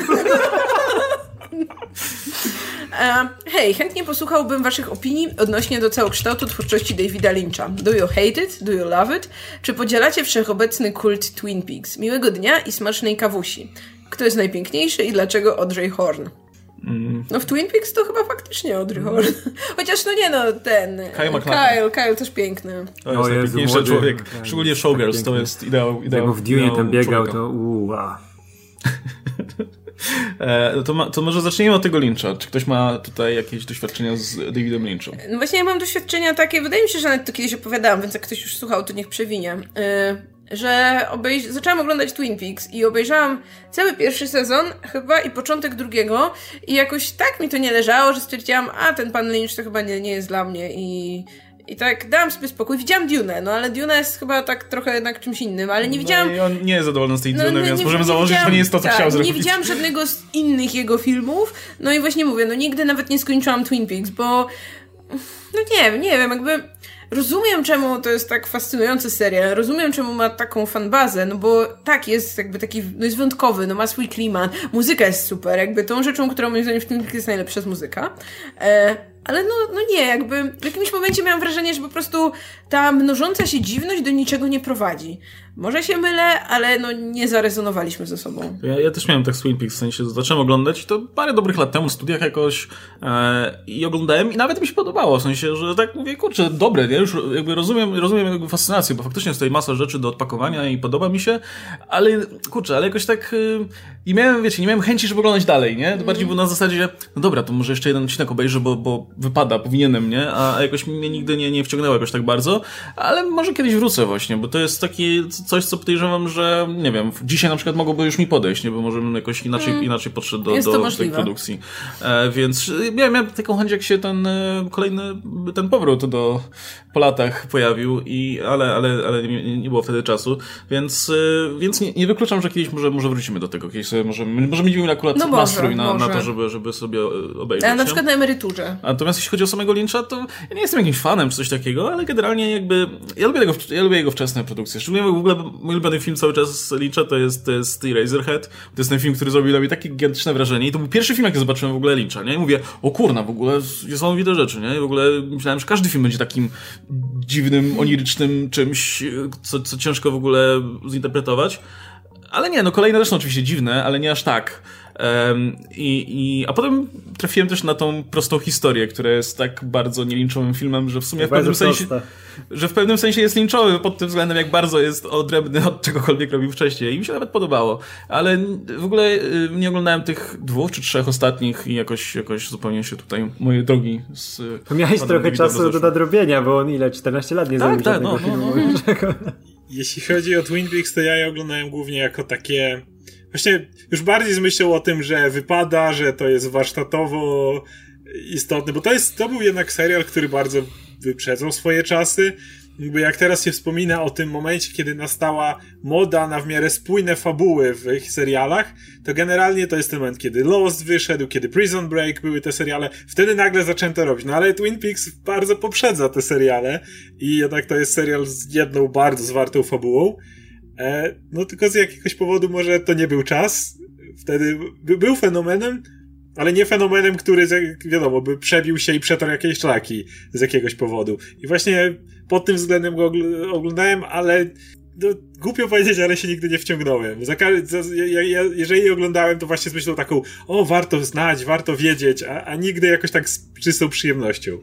E, hej, chętnie posłuchałbym waszych opinii odnośnie do całokształtu twórczości Davida Lyncha. Do you hate it? Do you love it? Czy podzielacie wszechobecny kult Twin Peaks? Miłego dnia i smacznej kawusi. Kto jest najpiękniejszy i dlaczego Audrey Horne? Mm. No w Twin Peaks to chyba faktycznie Audrey Horne. Chociaż no nie no, ten... Kyle MacLachlan. Kyle, Kyle też piękny. To jest O Jezu, najpiękniejszy młody. człowiek. Tak, Szczególnie tak Showgirls, to piękny. jest ideał, ideał, Jak w Dune ideał tam biegał, człowieka. to uła. E, no to, ma, to może zacznijmy od tego Lyncha. Czy ktoś ma tutaj jakieś doświadczenia z Davidem Lynchem? No właśnie ja mam doświadczenia takie, wydaje mi się, że nawet to kiedyś opowiadałam, więc jak ktoś już słuchał, to niech przewinie. Yy, że obejrz- zaczęłam oglądać Twin Peaks i obejrzałam cały pierwszy sezon chyba i początek drugiego i jakoś tak mi to nie leżało, że stwierdziłam, a ten pan Lynch to chyba nie, nie jest dla mnie i... I tak dałam sobie spokój. Widziałam Dune, no ale Dune jest chyba tak trochę jednak czymś innym, ale nie widziałam... No i on nie jest zadowolony z tej No, Duny, no, więc nie- możemy nie założyć, że to nie jest to, co tak, chciał zrobić. Nie widziałam żadnego z innych jego filmów, no i właśnie mówię, no nigdy nawet nie skończyłam Twin Peaks, bo no nie wiem, nie wiem, jakby rozumiem, czemu to jest tak fascynujący serial, rozumiem, czemu ma taką fanbazę, no bo tak, jest jakby taki, no jest wyjątkowy, no ma swój klimat, muzyka jest super, jakby tą rzeczą, którą moim zdaniem w Twin Peaks jest najlepsza, jest muzyka, e, ale no, no nie, jakby w jakimś momencie miałam wrażenie, że po prostu ta mnożąca się dziwność do niczego nie prowadzi. Może się mylę, ale no nie zarezonowaliśmy ze sobą. Ja, ja też miałem tak z Twin Peaks, w sensie zacząłem oglądać to parę dobrych lat temu w studiach jakoś e, i oglądałem i nawet mi się podobało, w sensie, że tak mówię, kurczę, dobre, ja już jakby rozumiem, rozumiem jakby fascynację, bo faktycznie jest tutaj masa rzeczy do odpakowania i podoba mi się, ale kurczę, ale jakoś tak y, nie miałem, wiecie, nie miałem chęci, żeby oglądać dalej, nie? To bardziej było na zasadzie, no dobra, to może jeszcze jeden odcinek obejrzę, bo, bo wypada, powinienem, nie? A jakoś mnie nigdy nie, nie wciągnęło jakoś tak bardzo, ale może kiedyś wrócę właśnie, bo to jest taki coś, co podejrzewam, że nie wiem, dzisiaj na przykład mogłoby już mi podejść, nie? Bo może bym jakoś inaczej, hmm. inaczej podszedł do, do tej produkcji. E, więc ja miałem taką chęć, jak się ten kolejny, ten powrót do po latach pojawił, i, ale, ale, ale nie, nie było wtedy czasu, więc, więc nie, nie wykluczam, że kiedyś może, może wrócimy do tego, kiedyś sobie może, może będziemy akurat no może, nastrój na, na to, żeby, żeby sobie obejrzeć. A na przykład na emeryturze. Natomiast jeśli chodzi o samego Lyncha, to ja nie jestem jakimś fanem czy coś takiego, ale generalnie jakby ja lubię jego, ja lubię jego wczesne produkcje. Szczególnie w ogóle mój ulubiony film cały czas Lyncha to jest, to jest Eraserhead. To jest ten film, który zrobił na mnie takie gigantyczne wrażenie, i to był pierwszy film, jaki zobaczyłem w ogóle Lyncha, nie? I mówię, o kurna, w ogóle niesamowite rzeczy, nie? I w ogóle myślałem, że każdy film będzie takim dziwnym, onirycznym czymś, co, co ciężko w ogóle zinterpretować. Ale nie, no kolejne też są oczywiście dziwne, ale nie aż tak. Um, i, i, a potem trafiłem też na tą prostą historię, która jest tak bardzo nielinczowym filmem, że w sumie w pewnym sensie, że w pewnym sensie jest linczowy pod tym względem, jak bardzo jest odrębny od czegokolwiek robił wcześniej. I mi się nawet podobało. Ale w ogóle nie oglądałem tych dwóch czy trzech ostatnich i jakoś, jakoś zupełnie się tutaj moje drogi z... To miałeś trochę czasu do nadrobienia, bo on ile? czternaście lat nie zrobił tak, żadnego tak, no, filmu. No, no. Jeśli chodzi o Twin Peaks, to ja je oglądałem głównie jako takie... Właśnie już bardziej z myślą o tym, że wypada, że to jest warsztatowo istotne, bo to jest, to był jednak serial, który bardzo wyprzedzał swoje czasy. Jakby jak teraz się wspomina o tym momencie, kiedy nastała moda na w miarę spójne fabuły w ich serialach, to generalnie to jest ten moment, kiedy Lost wyszedł, kiedy Prison Break były te seriale, wtedy nagle zaczęto robić. No ale Twin Peaks bardzo poprzedza te seriale i jednak to jest serial z jedną bardzo zwartą fabułą. E, no tylko z jakiegoś powodu może to nie był czas. Wtedy by, był fenomenem, ale nie fenomenem, który wiadomo, by przebił się i przetarł jakieś szlaki z jakiegoś powodu. I właśnie pod tym względem go oglądałem, ale no, głupio powiedzieć, ale się nigdy nie wciągnąłem. Za, za, ja, ja, jeżeli oglądałem, to właśnie z myślą taką, o, warto znać, warto wiedzieć, a, a nigdy jakoś tak z czystą przyjemnością.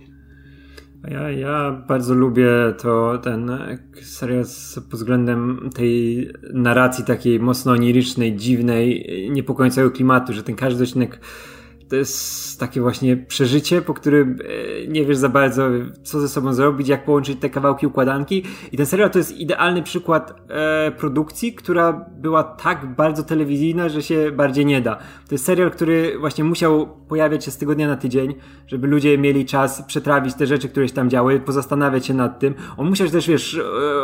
Ja, ja bardzo lubię to, ten serial pod względem tej narracji takiej mocno onirycznej, dziwnej, niepokojącego klimatu, że ten każdy odcinek to jest takie właśnie przeżycie, po którym nie wiesz za bardzo, co ze sobą zrobić, jak połączyć te kawałki układanki. I ten serial to jest idealny przykład e, produkcji, która była tak bardzo telewizyjna, że się bardziej nie da. To jest serial, który właśnie musiał pojawiać się z tygodnia na tydzień, żeby ludzie mieli czas przetrawić te rzeczy, które się tam działy, pozastanawiać się nad tym. On musiał też, wiesz...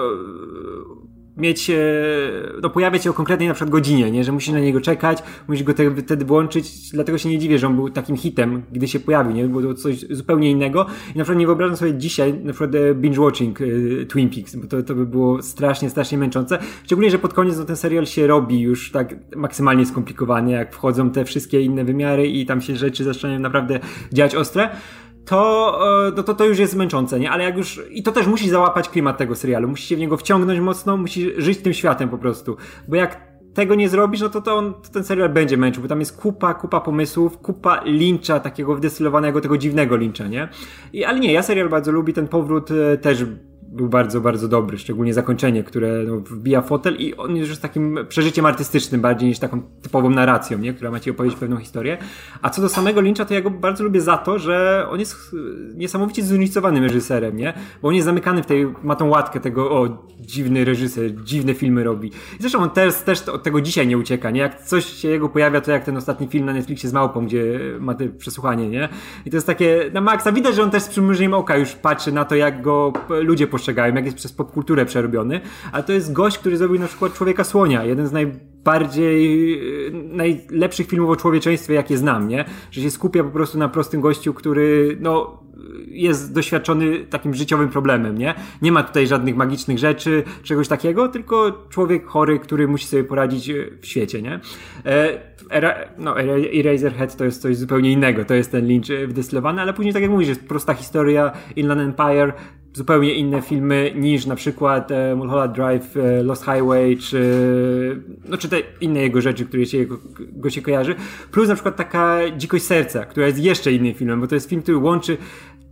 E, mieć, no pojawiać się o konkretnej na przykład godzinie, nie? Że musisz na niego czekać, musisz go te, wtedy włączyć, dlatego się nie dziwię, że on był takim hitem, gdy się pojawił, nie? Było to coś zupełnie innego i na przykład nie wyobrażam sobie dzisiaj na przykład binge-watching y, Twin Peaks, bo to, to by było strasznie, strasznie męczące, szczególnie, że pod koniec no, ten serial się robi już tak maksymalnie skomplikowany, jak wchodzą te wszystkie inne wymiary i tam się rzeczy zaczynają naprawdę działać ostre, to, no to to już jest męczące, nie? Ale jak już... I to też musi załapać klimat tego serialu. Musi się w niego wciągnąć mocno, musi żyć tym światem po prostu. Bo jak tego nie zrobisz, no to, to, on, to ten serial będzie męczył, bo tam jest kupa, kupa pomysłów, kupa Lyncha, takiego wydestylowanego, tego dziwnego Lyncha, nie? I, ale nie, ja serial bardzo lubię, ten powrót e, też był bardzo, bardzo dobry, szczególnie zakończenie, które no, wbija fotel i on jest już takim przeżyciem artystycznym bardziej niż taką typową narracją, nie? Która ma ci opowiedzieć pewną historię. A co do samego Lyncha, to ja go bardzo lubię za to, że on jest niesamowicie zróżnicowanym reżyserem, nie? Bo on jest zamykany w tej, ma tą łatkę tego, o, dziwny reżyser, dziwne filmy robi. I zresztą on też, też od tego dzisiaj nie ucieka, nie? Jak coś się jego pojawia, to jak ten ostatni film na Netflixie z Małpą, gdzie ma te przesłuchanie, nie? I to jest takie, na maksa, widać, że on też z przymrużeniem oka już patrzy na to, jak go ludzie postrzegają, jak jest przez popkulturę przerobiony, ale to jest gość, który zrobił na przykład Człowieka Słonia, jeden z najbardziej najlepszych filmów o człowieczeństwie, jakie znam, nie? Że się skupia po prostu na prostym gościu, który no jest doświadczony takim życiowym problemem, nie? Nie ma tutaj żadnych magicznych rzeczy, czegoś takiego, tylko człowiek chory, który musi sobie poradzić w świecie, nie? Era, no, Eraserhead to jest coś zupełnie innego, to jest ten Lynch wydestylowany, ale później, tak jak mówisz, jest prosta historia, Inland Empire, zupełnie inne filmy niż na przykład e, Mulholland Drive, e, Lost Highway, czy, no, czy te inne jego rzeczy, które się jego, go się kojarzy. Plus na przykład taka Dzikość serca, która jest jeszcze innym filmem, bo to jest film, który łączy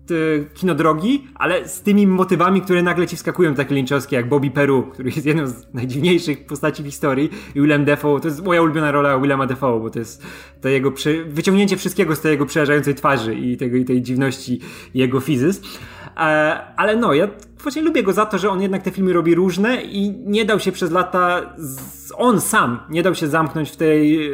kino drogi, ale z tymi motywami, które nagle ci wskakują, takie lynchowskie, jak Bobby Peru, który jest jedną z najdziwniejszych postaci w historii, i Willem Dafoe, to jest moja ulubiona rola Willema Dafoe, bo to jest to jego prze... wyciągnięcie wszystkiego z tej jego przerażającej twarzy i, tego, i tej dziwności jego fizys. Ale no, ja właśnie lubię go za to, że on jednak te filmy robi różne i nie dał się przez lata, z... on sam nie dał się zamknąć w tej...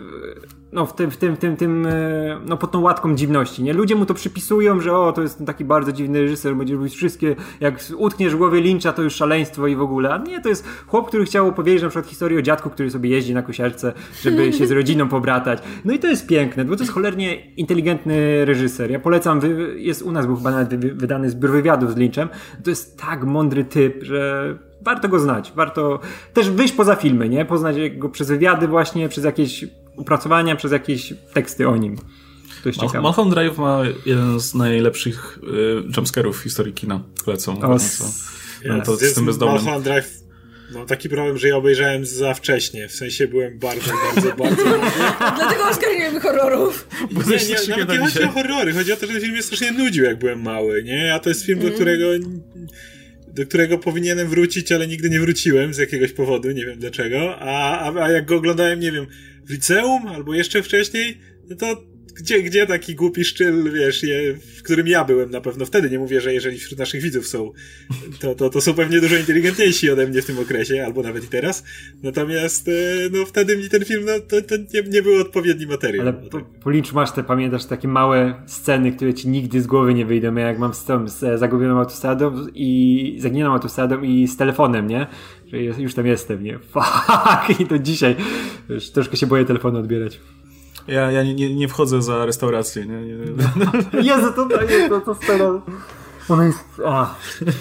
no w tym, w tym, w tym, tym, no pod tą łatką dziwności, nie? Ludzie mu to przypisują, że o, to jest taki bardzo dziwny reżyser, będzie robić wszystkie, jak utkniesz w głowie Lyncha, to już szaleństwo i w ogóle. A nie, to jest chłop, który chciał opowiedzieć na przykład historię o dziadku, który sobie jeździ na kosiarce, żeby się z rodziną pobratać. No i to jest piękne, bo to jest cholernie inteligentny reżyser. Ja polecam, jest u nas był chyba nawet wydany zbiór wywiadów z Lynchem. To jest tak mądry typ, że warto go znać. Warto też wyjść poza filmy, nie? Poznać go przez wywiady właśnie, przez jakieś opracowania, przez jakieś teksty o nim. To jest ciekawe. Mulholland Drive ma jeden z najlepszych y, jumpscarów w historii kina. Polecam. O, no, to z tym bezdomnym. Mulholland Drive mam taki problem, że ja obejrzałem za wcześnie. W sensie byłem bardzo, bardzo, bardzo... Dlatego Oskar nie lubi horrorów. Nie, nie, nawet nie chodzi o horrory. Chodzi o to, że ten film mnie strasznie nudził, jak byłem mały, nie? A to jest film, mm. do którego... do którego powinienem wrócić, ale nigdy nie wróciłem z jakiegoś powodu, nie wiem dlaczego, a, a, a jak go oglądałem, nie wiem, w liceum albo jeszcze wcześniej, no to gdzie, gdzie taki głupi szczyl, wiesz, je, w którym ja byłem na pewno wtedy, nie mówię, że jeżeli wśród naszych widzów są, to, to, to są pewnie dużo inteligentniejsi ode mnie w tym okresie, albo nawet i teraz, natomiast no wtedy mi ten film, no to, to nie, nie był odpowiedni materiał. Ale po, po Lynchu masz te, pamiętasz, takie małe sceny, które ci nigdy z głowy nie wyjdą, jak mam z tą z zagubioną autostradą i zaginioną autostradą i z telefonem, nie? Że już tam jestem, nie? Fuck! I to dzisiaj już troszkę się boję telefonu odbierać. Ja, ja nie, nie wchodzę za restaurację, nie? nie, nie. Jezu, to to, to scena. Ona jest... A.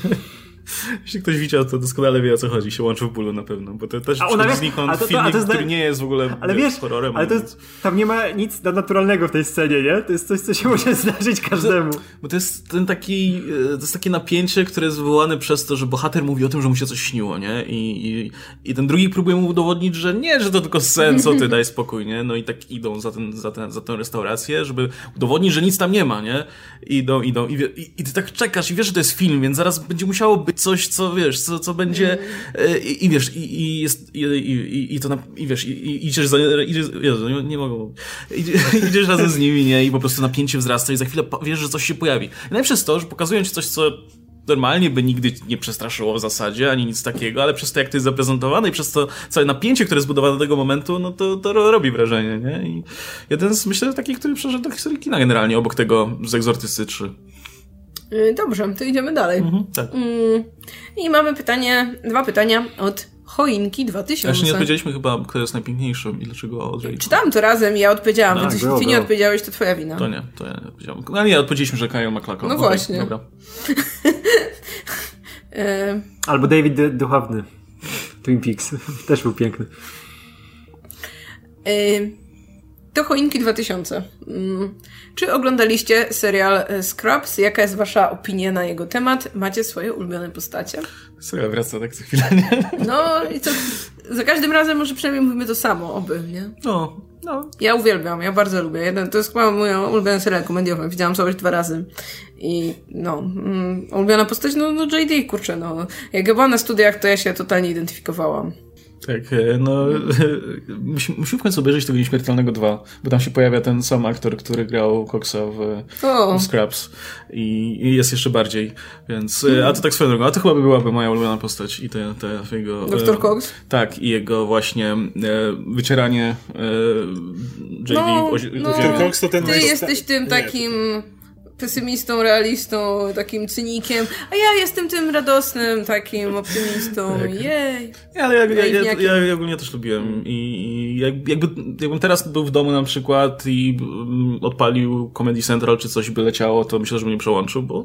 Jeśli ktoś widział, to doskonale wie, o co chodzi. Się łączy w bólu na pewno, bo to też jest znikąd to, to, filmik, to, który nie jest w ogóle ale wiesz, horrorem. Ale to jest, tam nie ma nic naturalnego w tej scenie, nie? To jest coś, co się może zdarzyć każdemu. To, bo to jest ten taki, to jest takie napięcie, które jest wywołane przez to, że bohater mówi o tym, że mu się coś śniło, nie? I, i, i ten drugi próbuje mu udowodnić, że nie, że to tylko sen, co ty, daj spokój, nie? No i tak idą za, ten, za, ten, za tę restaurację, żeby udowodnić, że nic tam nie ma, nie? Idą, idą i, i, i ty tak czekasz i wiesz, że to jest film, więc zaraz będzie musiało być coś, co wiesz, co, co będzie i, i wiesz, i, i jest i, i, i to na, i wiesz, i, i idziesz za, idziesz, Jezu, nie, nie mogę idziesz, idziesz razem z nimi, nie, i po prostu napięcie wzrasta i za chwilę wiesz, że coś się pojawi. I najlepsze jest to, że pokazują ci coś, co normalnie by nigdy nie przestraszyło w zasadzie, ani nic takiego, ale przez to, jak to jest zaprezentowane i przez to całe napięcie, które jest zbudowane do tego momentu, no to, to robi wrażenie, nie? I jeden z, myślę, takich, który przeszedł do historii kina generalnie, obok tego z Egzorcysty trzy. Dobrze, to idziemy dalej. Mhm, tak. I mamy pytanie, dwa pytania od Choinki dwa tysiące. Jeszcze nie odpowiedzieliśmy chyba, kto jest najpiękniejszy i dlaczego Audrey. Czytałam to razem i ja odpowiedziałam, no, więc jeśli ty nie odpowiedziałeś, to twoja wina. To nie, to ja nie odpowiedziałam. No nie, odpowiedzieliśmy, że Kyle MacLachlan. No okay, właśnie. Dobra. Albo David Duchowny. Twin Peaks. Też był piękny. To Choinki dwa tysiące. Czy oglądaliście serial Scrubs? Jaka jest wasza opinia na jego temat? Macie swoje ulubione postacie? Serial wraca tak co chwilę, nie? No i co? Za każdym razem może przynajmniej mówimy to samo, oby, nie? No, no. Ja uwielbiam, ja bardzo lubię. Jeden, to jest chyba mój ulubiony serial komediowy. Widziałam całość dwa razy. I no, mm, ulubiona postać, no, no J D, kurczę, no. Jak ja byłam na studiach, to ja się totalnie identyfikowałam. Tak, no musimy, musimy w końcu obejrzeć tego Nieśmiertelnego dwa, bo tam się pojawia ten sam aktor, który grał Coxa w, w Scrubs i, i jest jeszcze bardziej, więc, hmm. a to tak swoją drogą, a to chyba by byłaby moja ulubiona postać i te, te jego... doktor Cox? Tak, i jego właśnie e, wycieranie e, J D. No, no, doktor Cox to ten... Ty jesteś tym takim... pesymistą, realistą, takim cynikiem, a ja jestem tym radosnym, takim optymistą. Tak. Jej. Ja, ale ja, ja, ja, ja, ja ogólnie też lubiłem i, i jakby, jakbym teraz był w domu na przykład i um, odpalił Comedy Central czy coś by leciało, to myślę, że mnie przełączył, bo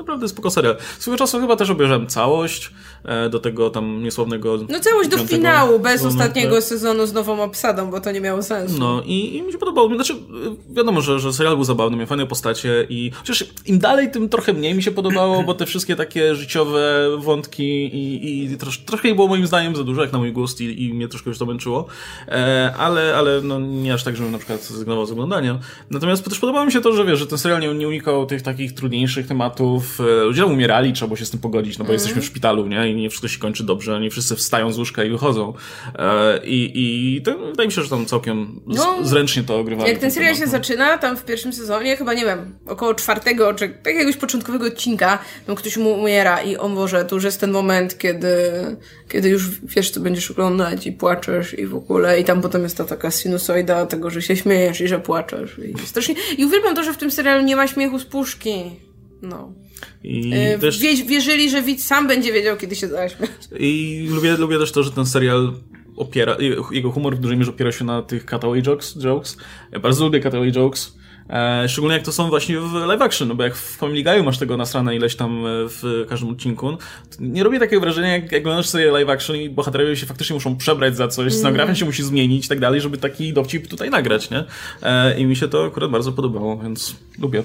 naprawdę spoko serial. Swego czasu chyba też obejrzałem całość e, do tego tam niesławnego... No całość do finału, bez sezonu, ostatniego tak. sezonu z nową obsadą, bo to nie miało sensu. No i, i mi się podobało. Znaczy, wiadomo, że, że serial był zabawny, miał fajne postacie i chociaż im dalej, tym trochę mniej mi się podobało, bo te wszystkie takie życiowe wątki i, i trosz, troszkę ich było moim zdaniem za dużo, jak na mój gust i, i mnie troszkę już to męczyło. E, ale, ale no nie aż tak, żebym na przykład zrezygnował z oglądania. Natomiast też podobało mi się to, że wiesz, że ten serial nie, nie unikał tych takich trudniejszych tematów. Ludzie tam umierali, trzeba było się z tym pogodzić, no bo mm. jesteśmy w szpitalu, nie? I nie wszystko się kończy dobrze, nie wszyscy wstają z łóżka i wychodzą. E, I i to, wydaje mi się, że tam całkiem z, no, zręcznie to ogrywali. Jak ten serial się zaczyna, tam w pierwszym sezonie, chyba nie wiem, około czwartego, czy jakiegoś początkowego odcinka, tam ktoś mu umiera i o Boże, to już jest ten moment, kiedy, kiedy już wiesz, co będziesz oglądać i płaczesz i w ogóle. I tam potem jest ta taka sinusoida tego, że się śmiejesz i że płaczesz. I strasznie. I uwielbiam to, że w tym serialu nie ma śmiechu z puszki. No. I yy, też... Wie, wierzyli, że widz sam będzie wiedział, kiedy się zaśmiać. I lubię, lubię też to, że ten serial opiera, jego humor w dużej mierze opiera się na tych cutaway jokes. jokes. Ja bardzo lubię cutaway jokes. E, szczególnie jak to są właśnie w live action, no bo jak w Family Guy'u masz tego nasrane ileś tam w każdym odcinku, nie robię takiego wrażenia, jak, jak oglądasz sobie live action i bohaterowie się faktycznie muszą przebrać za coś, scenografia się musi zmienić i tak dalej, żeby taki dowcip tutaj nagrać, nie? E, I mi się to akurat bardzo podobało, więc lubię.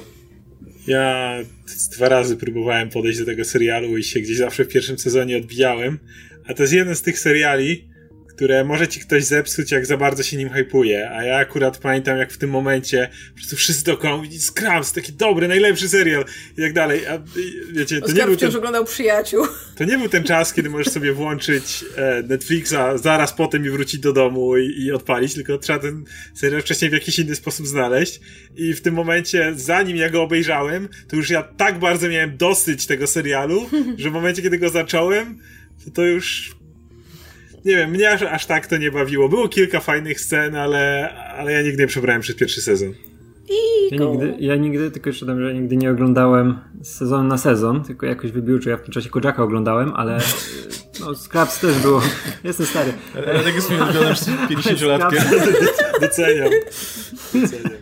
Ja dwa razy próbowałem podejść do tego serialu i się gdzieś zawsze w pierwszym sezonie odbijałem, a to jest jeden z tych seriali, które może ci ktoś zepsuć, jak za bardzo się nim hypuje, a ja akurat pamiętam, jak w tym momencie po prostu wszyscy dookoła mówili, Scrubs, taki dobry, najlepszy serial i tak dalej, a wiecie, to nie był ten... oglądał Przyjaciół. To nie był ten czas, kiedy możesz sobie włączyć e, Netflixa zaraz potem i wrócić do domu i, i odpalić, tylko trzeba ten serial wcześniej w jakiś inny sposób znaleźć i w tym momencie, zanim ja go obejrzałem, to już ja tak bardzo miałem dosyć tego serialu, że w momencie, kiedy go zacząłem, to to już... Nie wiem, mnie aż, aż tak to nie bawiło. Było kilka fajnych scen, ale, ale ja nigdy nie przebrałem przez pierwszy sezon. Ja nigdy, ja nigdy, tylko jeszcze dodam, że ja nigdy nie oglądałem z sezonu na sezon, tylko jakoś wybiórczo. Ja w tym czasie Kojaka oglądałem, ale no, Scrubs też było. Jestem stary. Ale tak jest mi wyglądam pięćdziesięciolatkiem. Doceniam. Doceniam.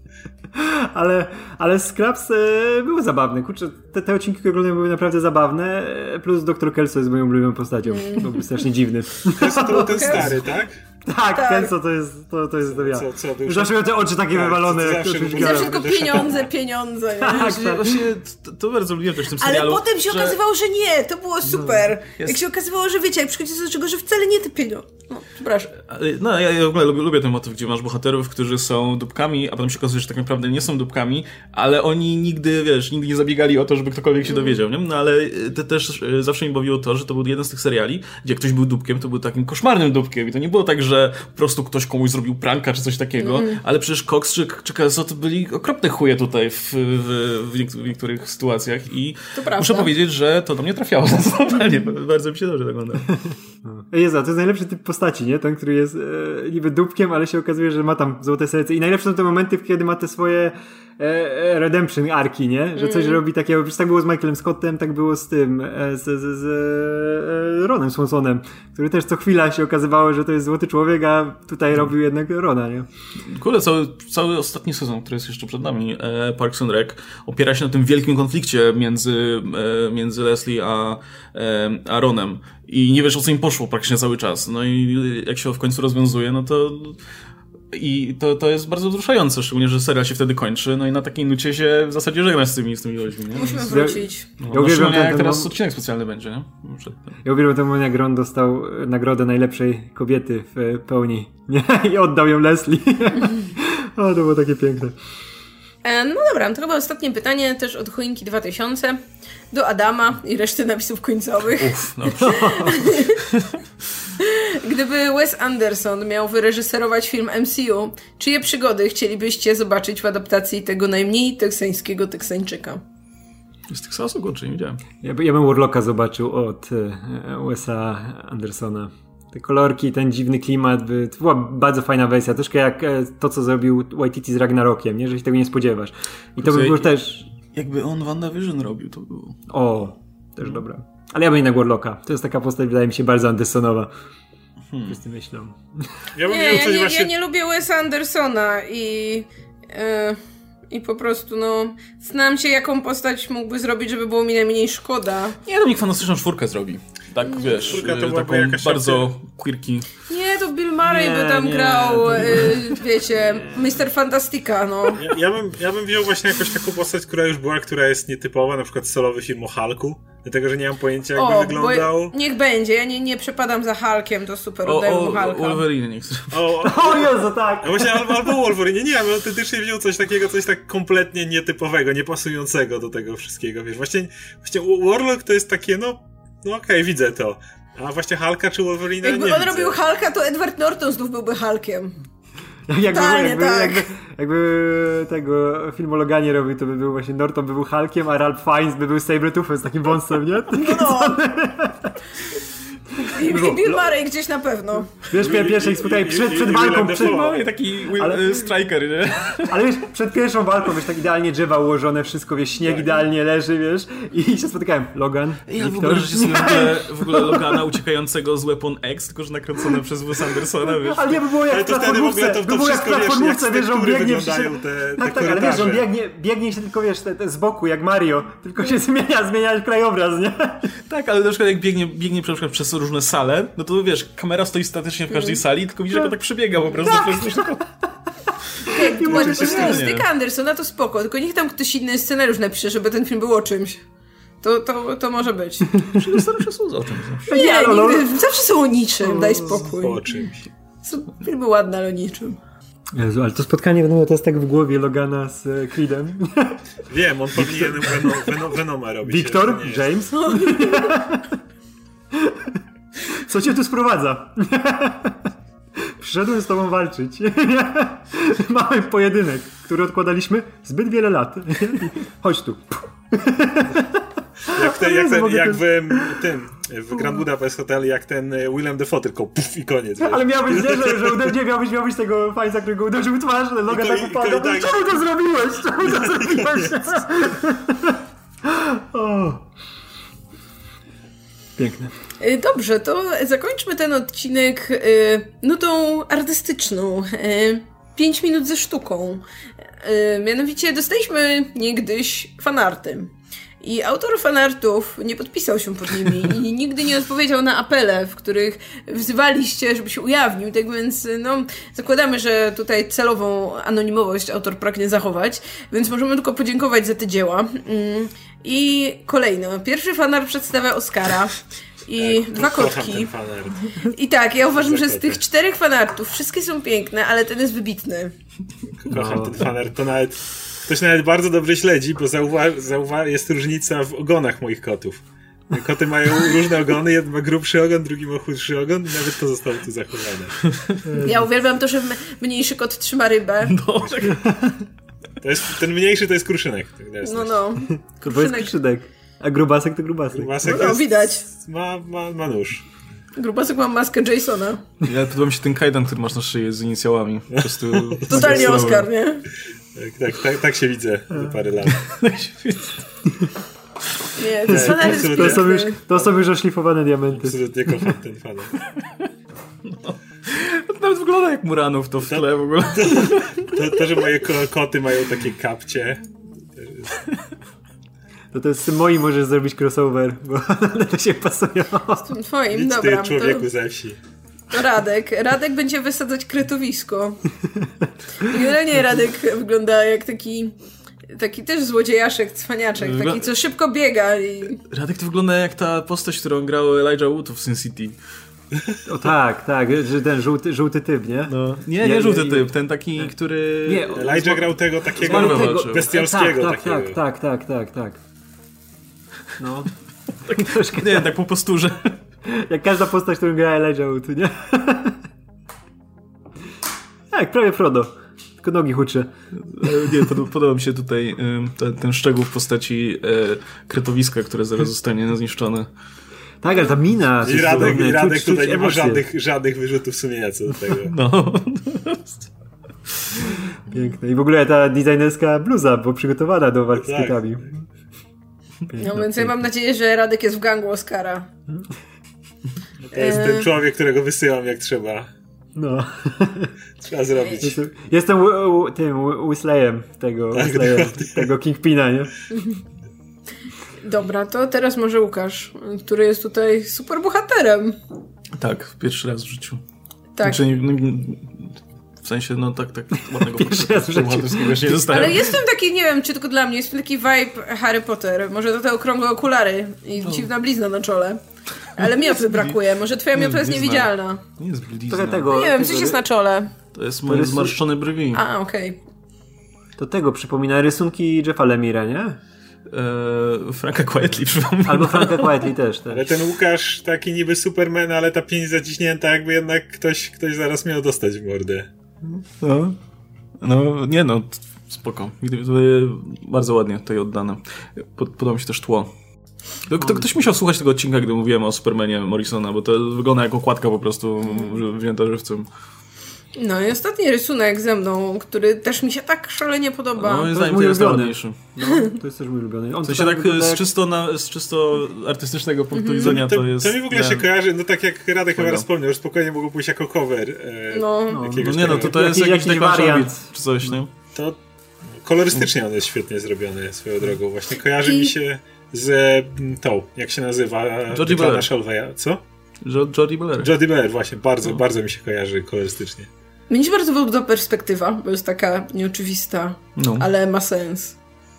Ale, ale Scrubs e, były zabawne. Kurczę, te, te odcinki, które oglądałem, były naprawdę zabawne. Plus doktor Kelso jest moją ulubioną postacią. Byłby strasznie dziwny. Kelso to był ten stary, tak? Tak, tak. Kelso to jest to, to jest to ja. Co, co, Już zawsze miał te oczy takie tak, wywalone. To, jak zawsze to I zawsze tylko pieniądze, pieniądze. Tak, właśnie, tak. właśnie to, to bardzo lubiłem też w tym Ale serialu. potem się że... okazywało, że nie, to było super. No, jest... Jak się okazywało, że wiecie, jak przychodzi do czego, że wcale nie te pieniądze. No, przepraszam. No, ja, ja w ogóle lubię, lubię ten motyw, gdzie masz bohaterów, którzy są dupkami, a potem się okazuje, że tak naprawdę nie są dupkami, ale oni nigdy, wiesz, nigdy nie zabiegali o to, żeby ktokolwiek się dowiedział, nie? No ale to też zawsze mi bawiło to, że to był jeden z tych seriali, gdzie ktoś był dupkiem, to był takim koszmarnym dupkiem i to nie było tak, że po prostu ktoś komuś zrobił pranka czy coś takiego, mm. ale przecież Cox czy, czy Kelso to byli okropne chuje tutaj w, w, w, niektórych, w niektórych sytuacjach i muszę powiedzieć, że to do mnie trafiało zdecydowanie. Bardzo mi się dobrze ogląda. Jezu, to jest najlepszy typ postaci, nie? Ten, który jest e, niby dupkiem, ale się okazuje, że ma tam złote serce i najlepsze są te momenty, kiedy ma te swoje e, redemption arki, nie? Że coś mm. robi takiego, przecież tak było z Michaelem Scottem, tak było z tym, e, z, z, z e, Ronem Swansonem, który też co chwila się okazywało, że to jest złoty człowiek, a tutaj robił jednak Rona, nie? Kurde, cały, cały ostatni sezon, który jest jeszcze przed nami, e, Parks and Rec, opiera się na tym wielkim konflikcie między, e, między Leslie a, e, a Ronem. I nie wiesz, o co im poszło praktycznie cały czas. No i jak się w końcu rozwiązuje, no to i to, to jest bardzo wzruszające, szczególnie, że serial się wtedy kończy, no i na takiej nucie się w zasadzie żegnasz z tymi, z tymi ludźmi, nie? Musimy wrócić. No, ja no, uwielbiam ten, jak ten, teraz ten... odcinek specjalny będzie, nie? Przed... Ja uwielbiam ten moment, jak Ron dostał nagrodę najlepszej kobiety w pełni, nie? I oddał ją Leslie. O, to było takie piękne. No dobra, to chyba ostatnie pytanie też od Choinki dwa tysiące do Adama i reszty napisów końcowych. Uf, dobrze. Gdyby Wes Anderson miał wyreżyserować film M C U, czyje przygody chcielibyście zobaczyć w adaptacji tego najmniej teksańskiego Teksańczyka? Z Teksasu go, czy nie widziałem. Ja, ja bym Warlocka zobaczył od e, Wesa Andersona. Te kolorki, ten dziwny klimat, by, to była bardzo fajna wersja, troszkę jak e, to, co zrobił Waititi z Ragnarokiem, nie? Że się tego nie spodziewasz. I to by było też... Jakby on WandaVision robił, to było... O, też dobra. Ale ja bym jednak Warlocka. To jest taka postać, wydaje mi się, bardzo Andersonowa. Hmm. Wszyscy myślą. Ja, bym nie, ja, coś nie, właśnie... ja nie lubię Wesa Andersona i... Yy... i po prostu, no, znam się, jaką postać mógłby zrobić, żeby było mi najmniej szkoda. Nie, no niech fantastyczną czwórkę zrobi. Tak, wiesz, Czwórka to y, byłaby taką jakaś bardzo opcja. quirky. Nie, to Bill Murray Nie, by tam nie, grał, to- y, wiecie, mister Fantastica, no. Ja, ja, bym, ja bym wziął właśnie jakąś taką postać, która już była, która jest nietypowa, na przykład solowy film o Hulku, dlatego, że nie mam pojęcia, jakby O, wyglądał. bo niech będzie, ja nie, nie przepadam za Hulkiem, to super, O, oddaję mu o, Hulka. Wolverine niech zrobi. O, O Jezu, tak! a właśnie albo, albo Wolverine, nie, ale autentycznie wziął coś takiego, coś tak kompletnie nietypowego, niepasującego do tego wszystkiego, wiesz. Właśnie, właśnie Warlock to jest takie, no, no okej, okay, widzę to. A właśnie Hulka czy Wolverina Jakby nie on widzę. robił Hulka, to Edward Norton znów byłby Hulkiem. Jakby, Totalnie jakby, tak. jakby, jakby tego film o Loganie robił, to by był właśnie Norton by był Hulkiem, a Ralph Fiennes by był Sabretooth'em z takim wąsem, nie? No. I, I Bill Murray gdzieś na pewno. Wiesz, pie- pierwszej spotkanie przed, przed walką, przed, No i taki Ale- ale... striker, nie? ale wiesz, przed pierwszą walką, wiesz, tak idealnie drzewa ułożone, wszystko, wiesz, śnieg idealnie leży, wiesz, i się spotykałem. Logan, Ja w Victor. ogóle, że się sobie w ogóle, w ogóle Logana uciekającego z Weapon X, tylko że nakręcone przez Wes Andersona, wiesz? Ale nie, by było jak Ale w to wtedy w ogóle platformówce, to- to by było jak w wszystko, wiesz, platformówce, jak wiesz, że on tekstury biegnie wyglądają, w- te- Tak, te tak, ale wiesz, że on korytarze. biegnie, biegnie się tylko, wiesz, te, te z boku, jak Mario, tylko się zmienia, zmienia krajobraz, nie? Tak, ale na przykład jak biegnie, biegnie na przykład przez różne sale, no to wiesz, kamera stoi statycznie w każdej sali, tylko widzisz, jak on tak przebiega po prostu przez wszystko. To była się stanie. stylistyka Andersona, to spoko, tylko niech tam ktoś inny scenariusz napisze, żeby ten film był o czymś. To, to, to może być. Staram się słudzę o tym zawsze. Nie, Nie, no, no. nigdy, zawsze są o niczym, daj spokój. O czymś. Są filmy ładne, ale o niczym. Jezu, ale to spotkanie wiadomo, to jest tak w głowie Logana z e, Creedem. Wiem, on powinien Venom, Venom, Venoma robić. Wiktor, to nie jest. James. Co cię tu sprowadza? Przyszedłem z tobą walczyć. Mamy pojedynek, który odkładaliśmy zbyt wiele lat. Chodź tu. Jak, ten, jak, Jezu, ten, mogę jak ten- w tym, w Grand Budapest Hotel, jak ten e, Willem Dafoe, tylko puf i koniec. Wiesz? Ale miał być, nie, że, że uder- nie, miał być, miał być tego fajca, którego uderzył w twarz, ale Logan I ko- tak i upadł. ko- tak. Czemu to zrobiłeś? Czemu to zrobiłeś? O. Piękne. Y, Dobrze, to zakończmy ten odcinek y, nutą artystyczną. Y, Pięć minut ze sztuką. Y, Mianowicie dostaliśmy niegdyś fanarty. I autor fanartów nie podpisał się pod nimi i nigdy nie odpowiedział na apele, w których wzywaliście, żeby się ujawnił. Tak więc, no, zakładamy, że tutaj celową anonimowość autor pragnie zachować, więc możemy tylko podziękować za te dzieła. Mm, I kolejno. Pierwszy fanart przedstawia Oscara. I Tak, dwa kocham kotki. ten fanart. I tak, ja uważam, że z Zakoty. tych czterech fanartów wszystkie są piękne, ale ten jest wybitny. Kocham No. ten fanart. To nawet, ktoś nawet bardzo dobrze śledzi, bo zauwa- zauwa- jest różnica w ogonach moich kotów. Koty mają różne ogony, jeden ma grubszy ogon, drugi ma chudszy ogon i nawet to zostało tu zachowane. Ja uwielbiam to, że m- mniejszy kot trzyma rybę. No, tak. To jest, ten mniejszy to jest kruszynek. To jest No, no. Bo jest Kruszynek. krzyżek. A grubasek to grubasek. Grubasek No, jest, widać. Ma, ma, ma nóż. Grubasek ma maskę Jasona. Ja podoba mi się ten kajdan, który masz na szyi z inicjałami. Po prostu... Totalnie Słowo. Oscar, nie? Tak, tak, tak, tak się widzę za parę lat. Nie, ten fanart jest absolutnie. To są już, piękny. to są już oszlifowane diamenty. Absolutnie kocham ten fanart. To nawet wygląda jak Muranów to w tle w ogóle. To, to że moje ko- koty mają takie kapcie. To to jest z tym moim możesz zrobić crossover, bo one to się pasują. Tym twoim, Nic dobra. ty, człowieku To, ze wsi. to Radek. Radek będzie wysadzać kretowisko. I generalnie Radek wygląda jak taki... Taki też złodziejaszek, cwaniaczek, Wygląda- taki co szybko biega i... Radek to wygląda jak ta postać, którą grał Elijah Wood w Sin City. O tak, tak, że ten żółty, żółty typ, nie? No. Nie, nie żółty typ, ten taki, który... Nie, Elijah grał tego takiego Marvel walczył. bestialskiego. Tak, tak, takiego. tak, tak, tak, tak, tak. No. Tak troszkę. Nie, tak po posturze. Jak każda postać, którą gra Elijah Wood, nie? Tak, prawie Frodo. Tylko nogi hucze. Nie, pod, podoba mi się tutaj ym, ten, ten szczegół w postaci e, kretowiska, które zaraz zostanie zniszczone. Tak, ale ta mina... I Radek, i Radek czuć, tutaj czuć nie ma emocje. żadnych, żadnych wyrzutów sumienia co do tego. No. Piękne. I w ogóle ta designerska bluza, bo przygotowana do walki z Tak. kitami. No więc ja mam nadzieję, że Radek jest w gangu Oscara. To jest Eee. ten człowiek, którego wysyłam jak trzeba. No. Trzeba zrobić. Jestem, jestem u, u, tym Weasleyem tego, Tak, Weasleyem, tego Kingpina, nie? Dobra, to teraz może Łukasz, który jest tutaj super bohaterem. Tak, pierwszy raz w życiu. Tak. Znaczy, no, w sensie, no tak, tak, ładnego Pierwszy raz w życiu. nie dostałem. Ale jestem taki, nie wiem, czy tylko dla mnie, jest taki vibe Harry Potter. Może to te okrągłe okulary i No. dziwna blizna na czole. Ale miotły brakuje, może twoja Nie miotła jest jest blizna. niewidzialna. Nie jest blizna. Trochę tego... Nie wiem, tego, coś jest na czole. To jest moje jest- zmarszczone brwi. A, okej. To tego przypomina rysunki Jeffa Lemira, nie? Eee, Franka Quietly przypomina. Albo Franka Quietly też. też. Ale ten Łukasz taki niby Superman, ale ta pięść zaciśnięta, jakby jednak ktoś, ktoś zaraz miał dostać w mordę. No, no nie no, t- spoko. Bardzo ładnie tutaj oddane. Pod, podoba mi się też tło. To, to, ktoś musiał słuchać tego odcinka, gdy mówiłem o Supermanie Morrisona, bo to wygląda jako okładka po prostu wzięta żywcem. No i ostatni rysunek ze mną, który też mi się tak szalenie podoba. No, moim jest zdaniem mój to jest ulubiony. najładniejszy. No, to jest też mój ulubiony. On W sensie tutaj tak wygląda z jak- czysto, na, z czysto artystycznego punktu widzenia To, to jest... to mi w ogóle się nie, kojarzy, no tak jak Radek chyba Fajno. raz wspomniał, że spokojnie mogło pójść jako cover. E, No. No jakiegoś nie no, tego- to to jest Jakiś- jakiś jakiś Declan wariant. Shelby czy coś, nie? To kolorystycznie on jest świetnie zrobiony swoją drogą. Właśnie kojarzy I- mi się z mm, tą, jak się nazywa? Jodie Declana Blair. Shelby'a. Co? Jo- Jodie Blair. Jodie Blair, właśnie. Bardzo, No. bardzo mi się kojarzy kolorystycznie. Mnie się bardzo podoba perspektywa, bo jest taka nieoczywista, No. ale ma sens.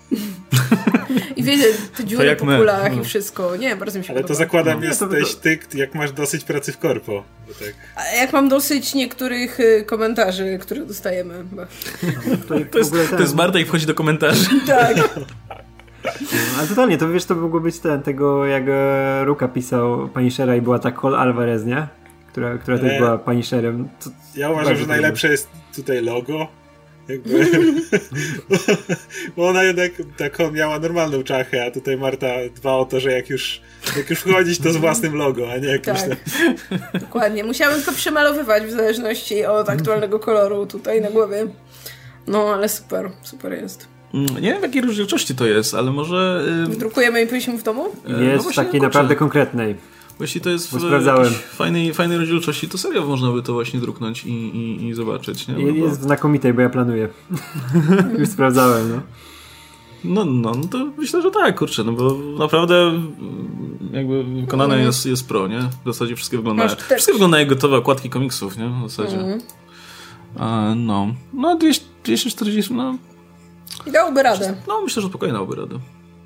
I wiecie, te dziury jak po my. kulach No. i wszystko. Nie, bardzo mi się Ale to podoba. zakładam, No. jesteś ty, jak masz dosyć pracy w korpo. Bo tak. A jak mam dosyć niektórych y, komentarzy, które dostajemy. Bo... Tutaj To jest, w ogóle to ten- jest Bartek wchodzi do komentarzy. Tak. Ale totalnie, to wiesz, to mogło być ten, tego jak e, Ruka pisał Punishera i była ta Cole Alvarez, nie? Która, która też Ale- była Punisherem. To, Ja uważam, Bardzo że najlepsze jest tutaj logo. Jakby, bo ona jednak taką miała normalną czachę, a tutaj Marta dba o to, że jak już, jak już wchodzić, to z własnym logo, a nie jakimś Tak. tam... Dokładnie. Musiałabym to przemalowywać w zależności od aktualnego koloru tutaj na głowie. No, ale super. Super jest. Mm, Nie wiem w jakiej rozdzielczości to jest, ale może... Yy, Wydrukujemy i powiedzmy w domu? e, no jest w właśnie, takiej kurczę, naprawdę konkretnej. Jeśli to jest Bo w sprawdzałem. jakiejś fajnej, fajnej rozdzielczości, to serio można by to właśnie druknąć i, i, i zobaczyć. Nie? No, Je- bo- Jest w znakomitej, bo ja planuję. Już sprawdzałem, no. No, no, no to myślę, że tak, kurczę, no bo naprawdę mm, jakby wykonane Mm. jest, jest pro, nie? W zasadzie wszystkie wyglądają, Masz też- wszystkie wyglądają jak gotowe okładki komiksów, nie? W zasadzie. Mhm. A, no, no dwieście, dwieście czterdzieści, no, Dałoby radę. no myślę, że spokojnie dałoby radę.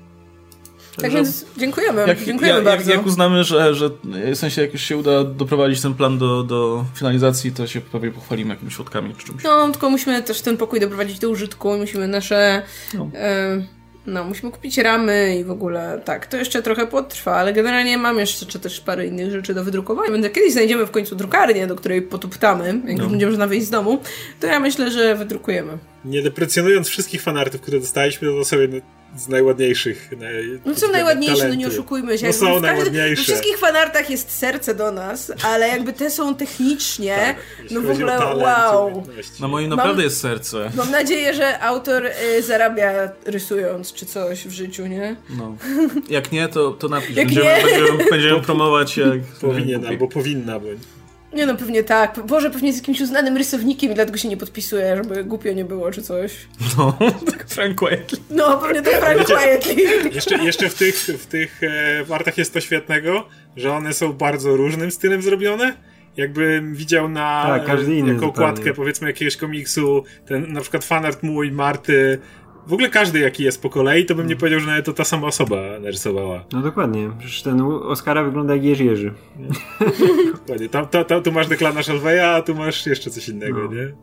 Tak Także więc dziękujemy. jak, Dziękujemy jak, bardzo. Jak, jak uznamy, że, że w sensie jak już się uda doprowadzić ten plan do, do finalizacji, to się pewnie pochwalimy jakimiś środkami czy czymś. No, tylko musimy też ten pokój doprowadzić do użytku i musimy nasze... No. E, no, musimy kupić ramy i w ogóle tak, to jeszcze trochę potrwa, ale generalnie mam jeszcze też parę innych rzeczy do wydrukowania. Więc jak kiedyś znajdziemy w końcu drukarnię, do której potuptamy, jak No. już będziemy można wyjść z domu, to ja myślę, że wydrukujemy. Nie deprecjonując wszystkich fanartów, które dostaliśmy, to sobie z najładniejszych. Naj... No są najładniejsze, no talenty. nie oszukujmy się. No Jakby są w każdym- najładniejsze. We wszystkich fanartach jest serce do nas, ale jakby te są technicznie, Tak, jeśli no w chodzi o ogóle talent, wow. umiejętności. Na moim Mam- naprawdę jest serce. Mam nadzieję, że autor y, zarabia rysując czy coś w życiu, nie? No. Jak nie, to, to napisz. Jak Będziemy, nie? będziemy, będziemy promować jak... Powinien jak- albo powinna, bo Nie no, pewnie tak. Boże, pewnie jest jakimś uznanym rysownikiem i dlatego się nie podpisuje, żeby głupio nie było czy coś. No, tak Frank Quietly. No, pewnie to Frank Quietly. Jeszcze, jeszcze w tych, w tych e, wartach jest to świetnego, że one są bardzo różnym stylem zrobione. Jakbym widział na Tak, każdy inny jako okładkę zupełnie. powiedzmy jakiegoś komiksu, ten na przykład fanart mój, Marty, w ogóle każdy jaki jest po kolei, to bym nie powiedział, że nawet to ta sama osoba narysowała. No dokładnie. Przecież ten u Oscara wygląda jak Jerzy Jerzy. Dokładnie. Tam, tam, tam, tu masz Declana Shelby'a, a tu masz jeszcze coś innego, No. nie?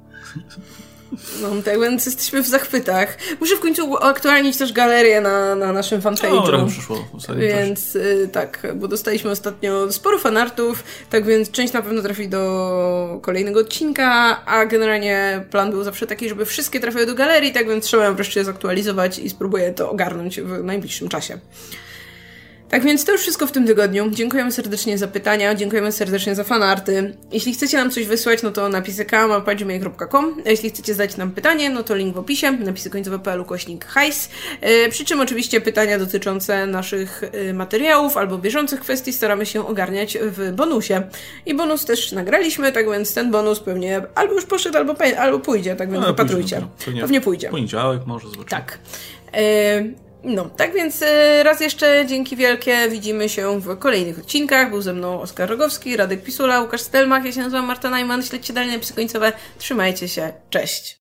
No, tak więc jesteśmy w zachwytach. Muszę w końcu uaktualnić też galerię na, na naszym O, fanpage'u. trochę przyszło. W zasadzie też. Więc y, tak, bo dostaliśmy ostatnio sporo fanartów, tak więc część na pewno trafi do kolejnego odcinka, a generalnie plan był zawsze taki, żeby wszystkie trafiły do galerii, tak więc trzeba ją wreszcie zaktualizować i spróbuję to ogarnąć w najbliższym czasie. Tak więc to już wszystko w tym tygodniu. Dziękujemy serdecznie za pytania, dziękujemy serdecznie za fanarty. Jeśli chcecie nam coś wysłać, no to napisy k małpa gmail kropka com. A jeśli chcecie zadać nam pytanie, no to link w opisie, napisy końcowe kropka p l ukośnik hajs. Yy, przy czym oczywiście pytania dotyczące naszych yy, materiałów albo bieżących kwestii staramy się ogarniać w bonusie. I bonus też nagraliśmy, tak więc ten bonus pewnie albo już poszedł, albo, pe- albo pójdzie, tak więc no, wypatrujcie. Pójdzie, pewnie, pewnie pójdzie. Poniedziałek może zobaczymy. Tak. Yy, No, tak więc raz jeszcze dzięki wielkie, widzimy się w kolejnych odcinkach. Był ze mną Oskar Rogowski, Radek Pisula, Łukasz Stelmach, ja się nazywam Marta Najman, śledźcie dalej napisy końcowe, trzymajcie się, cześć!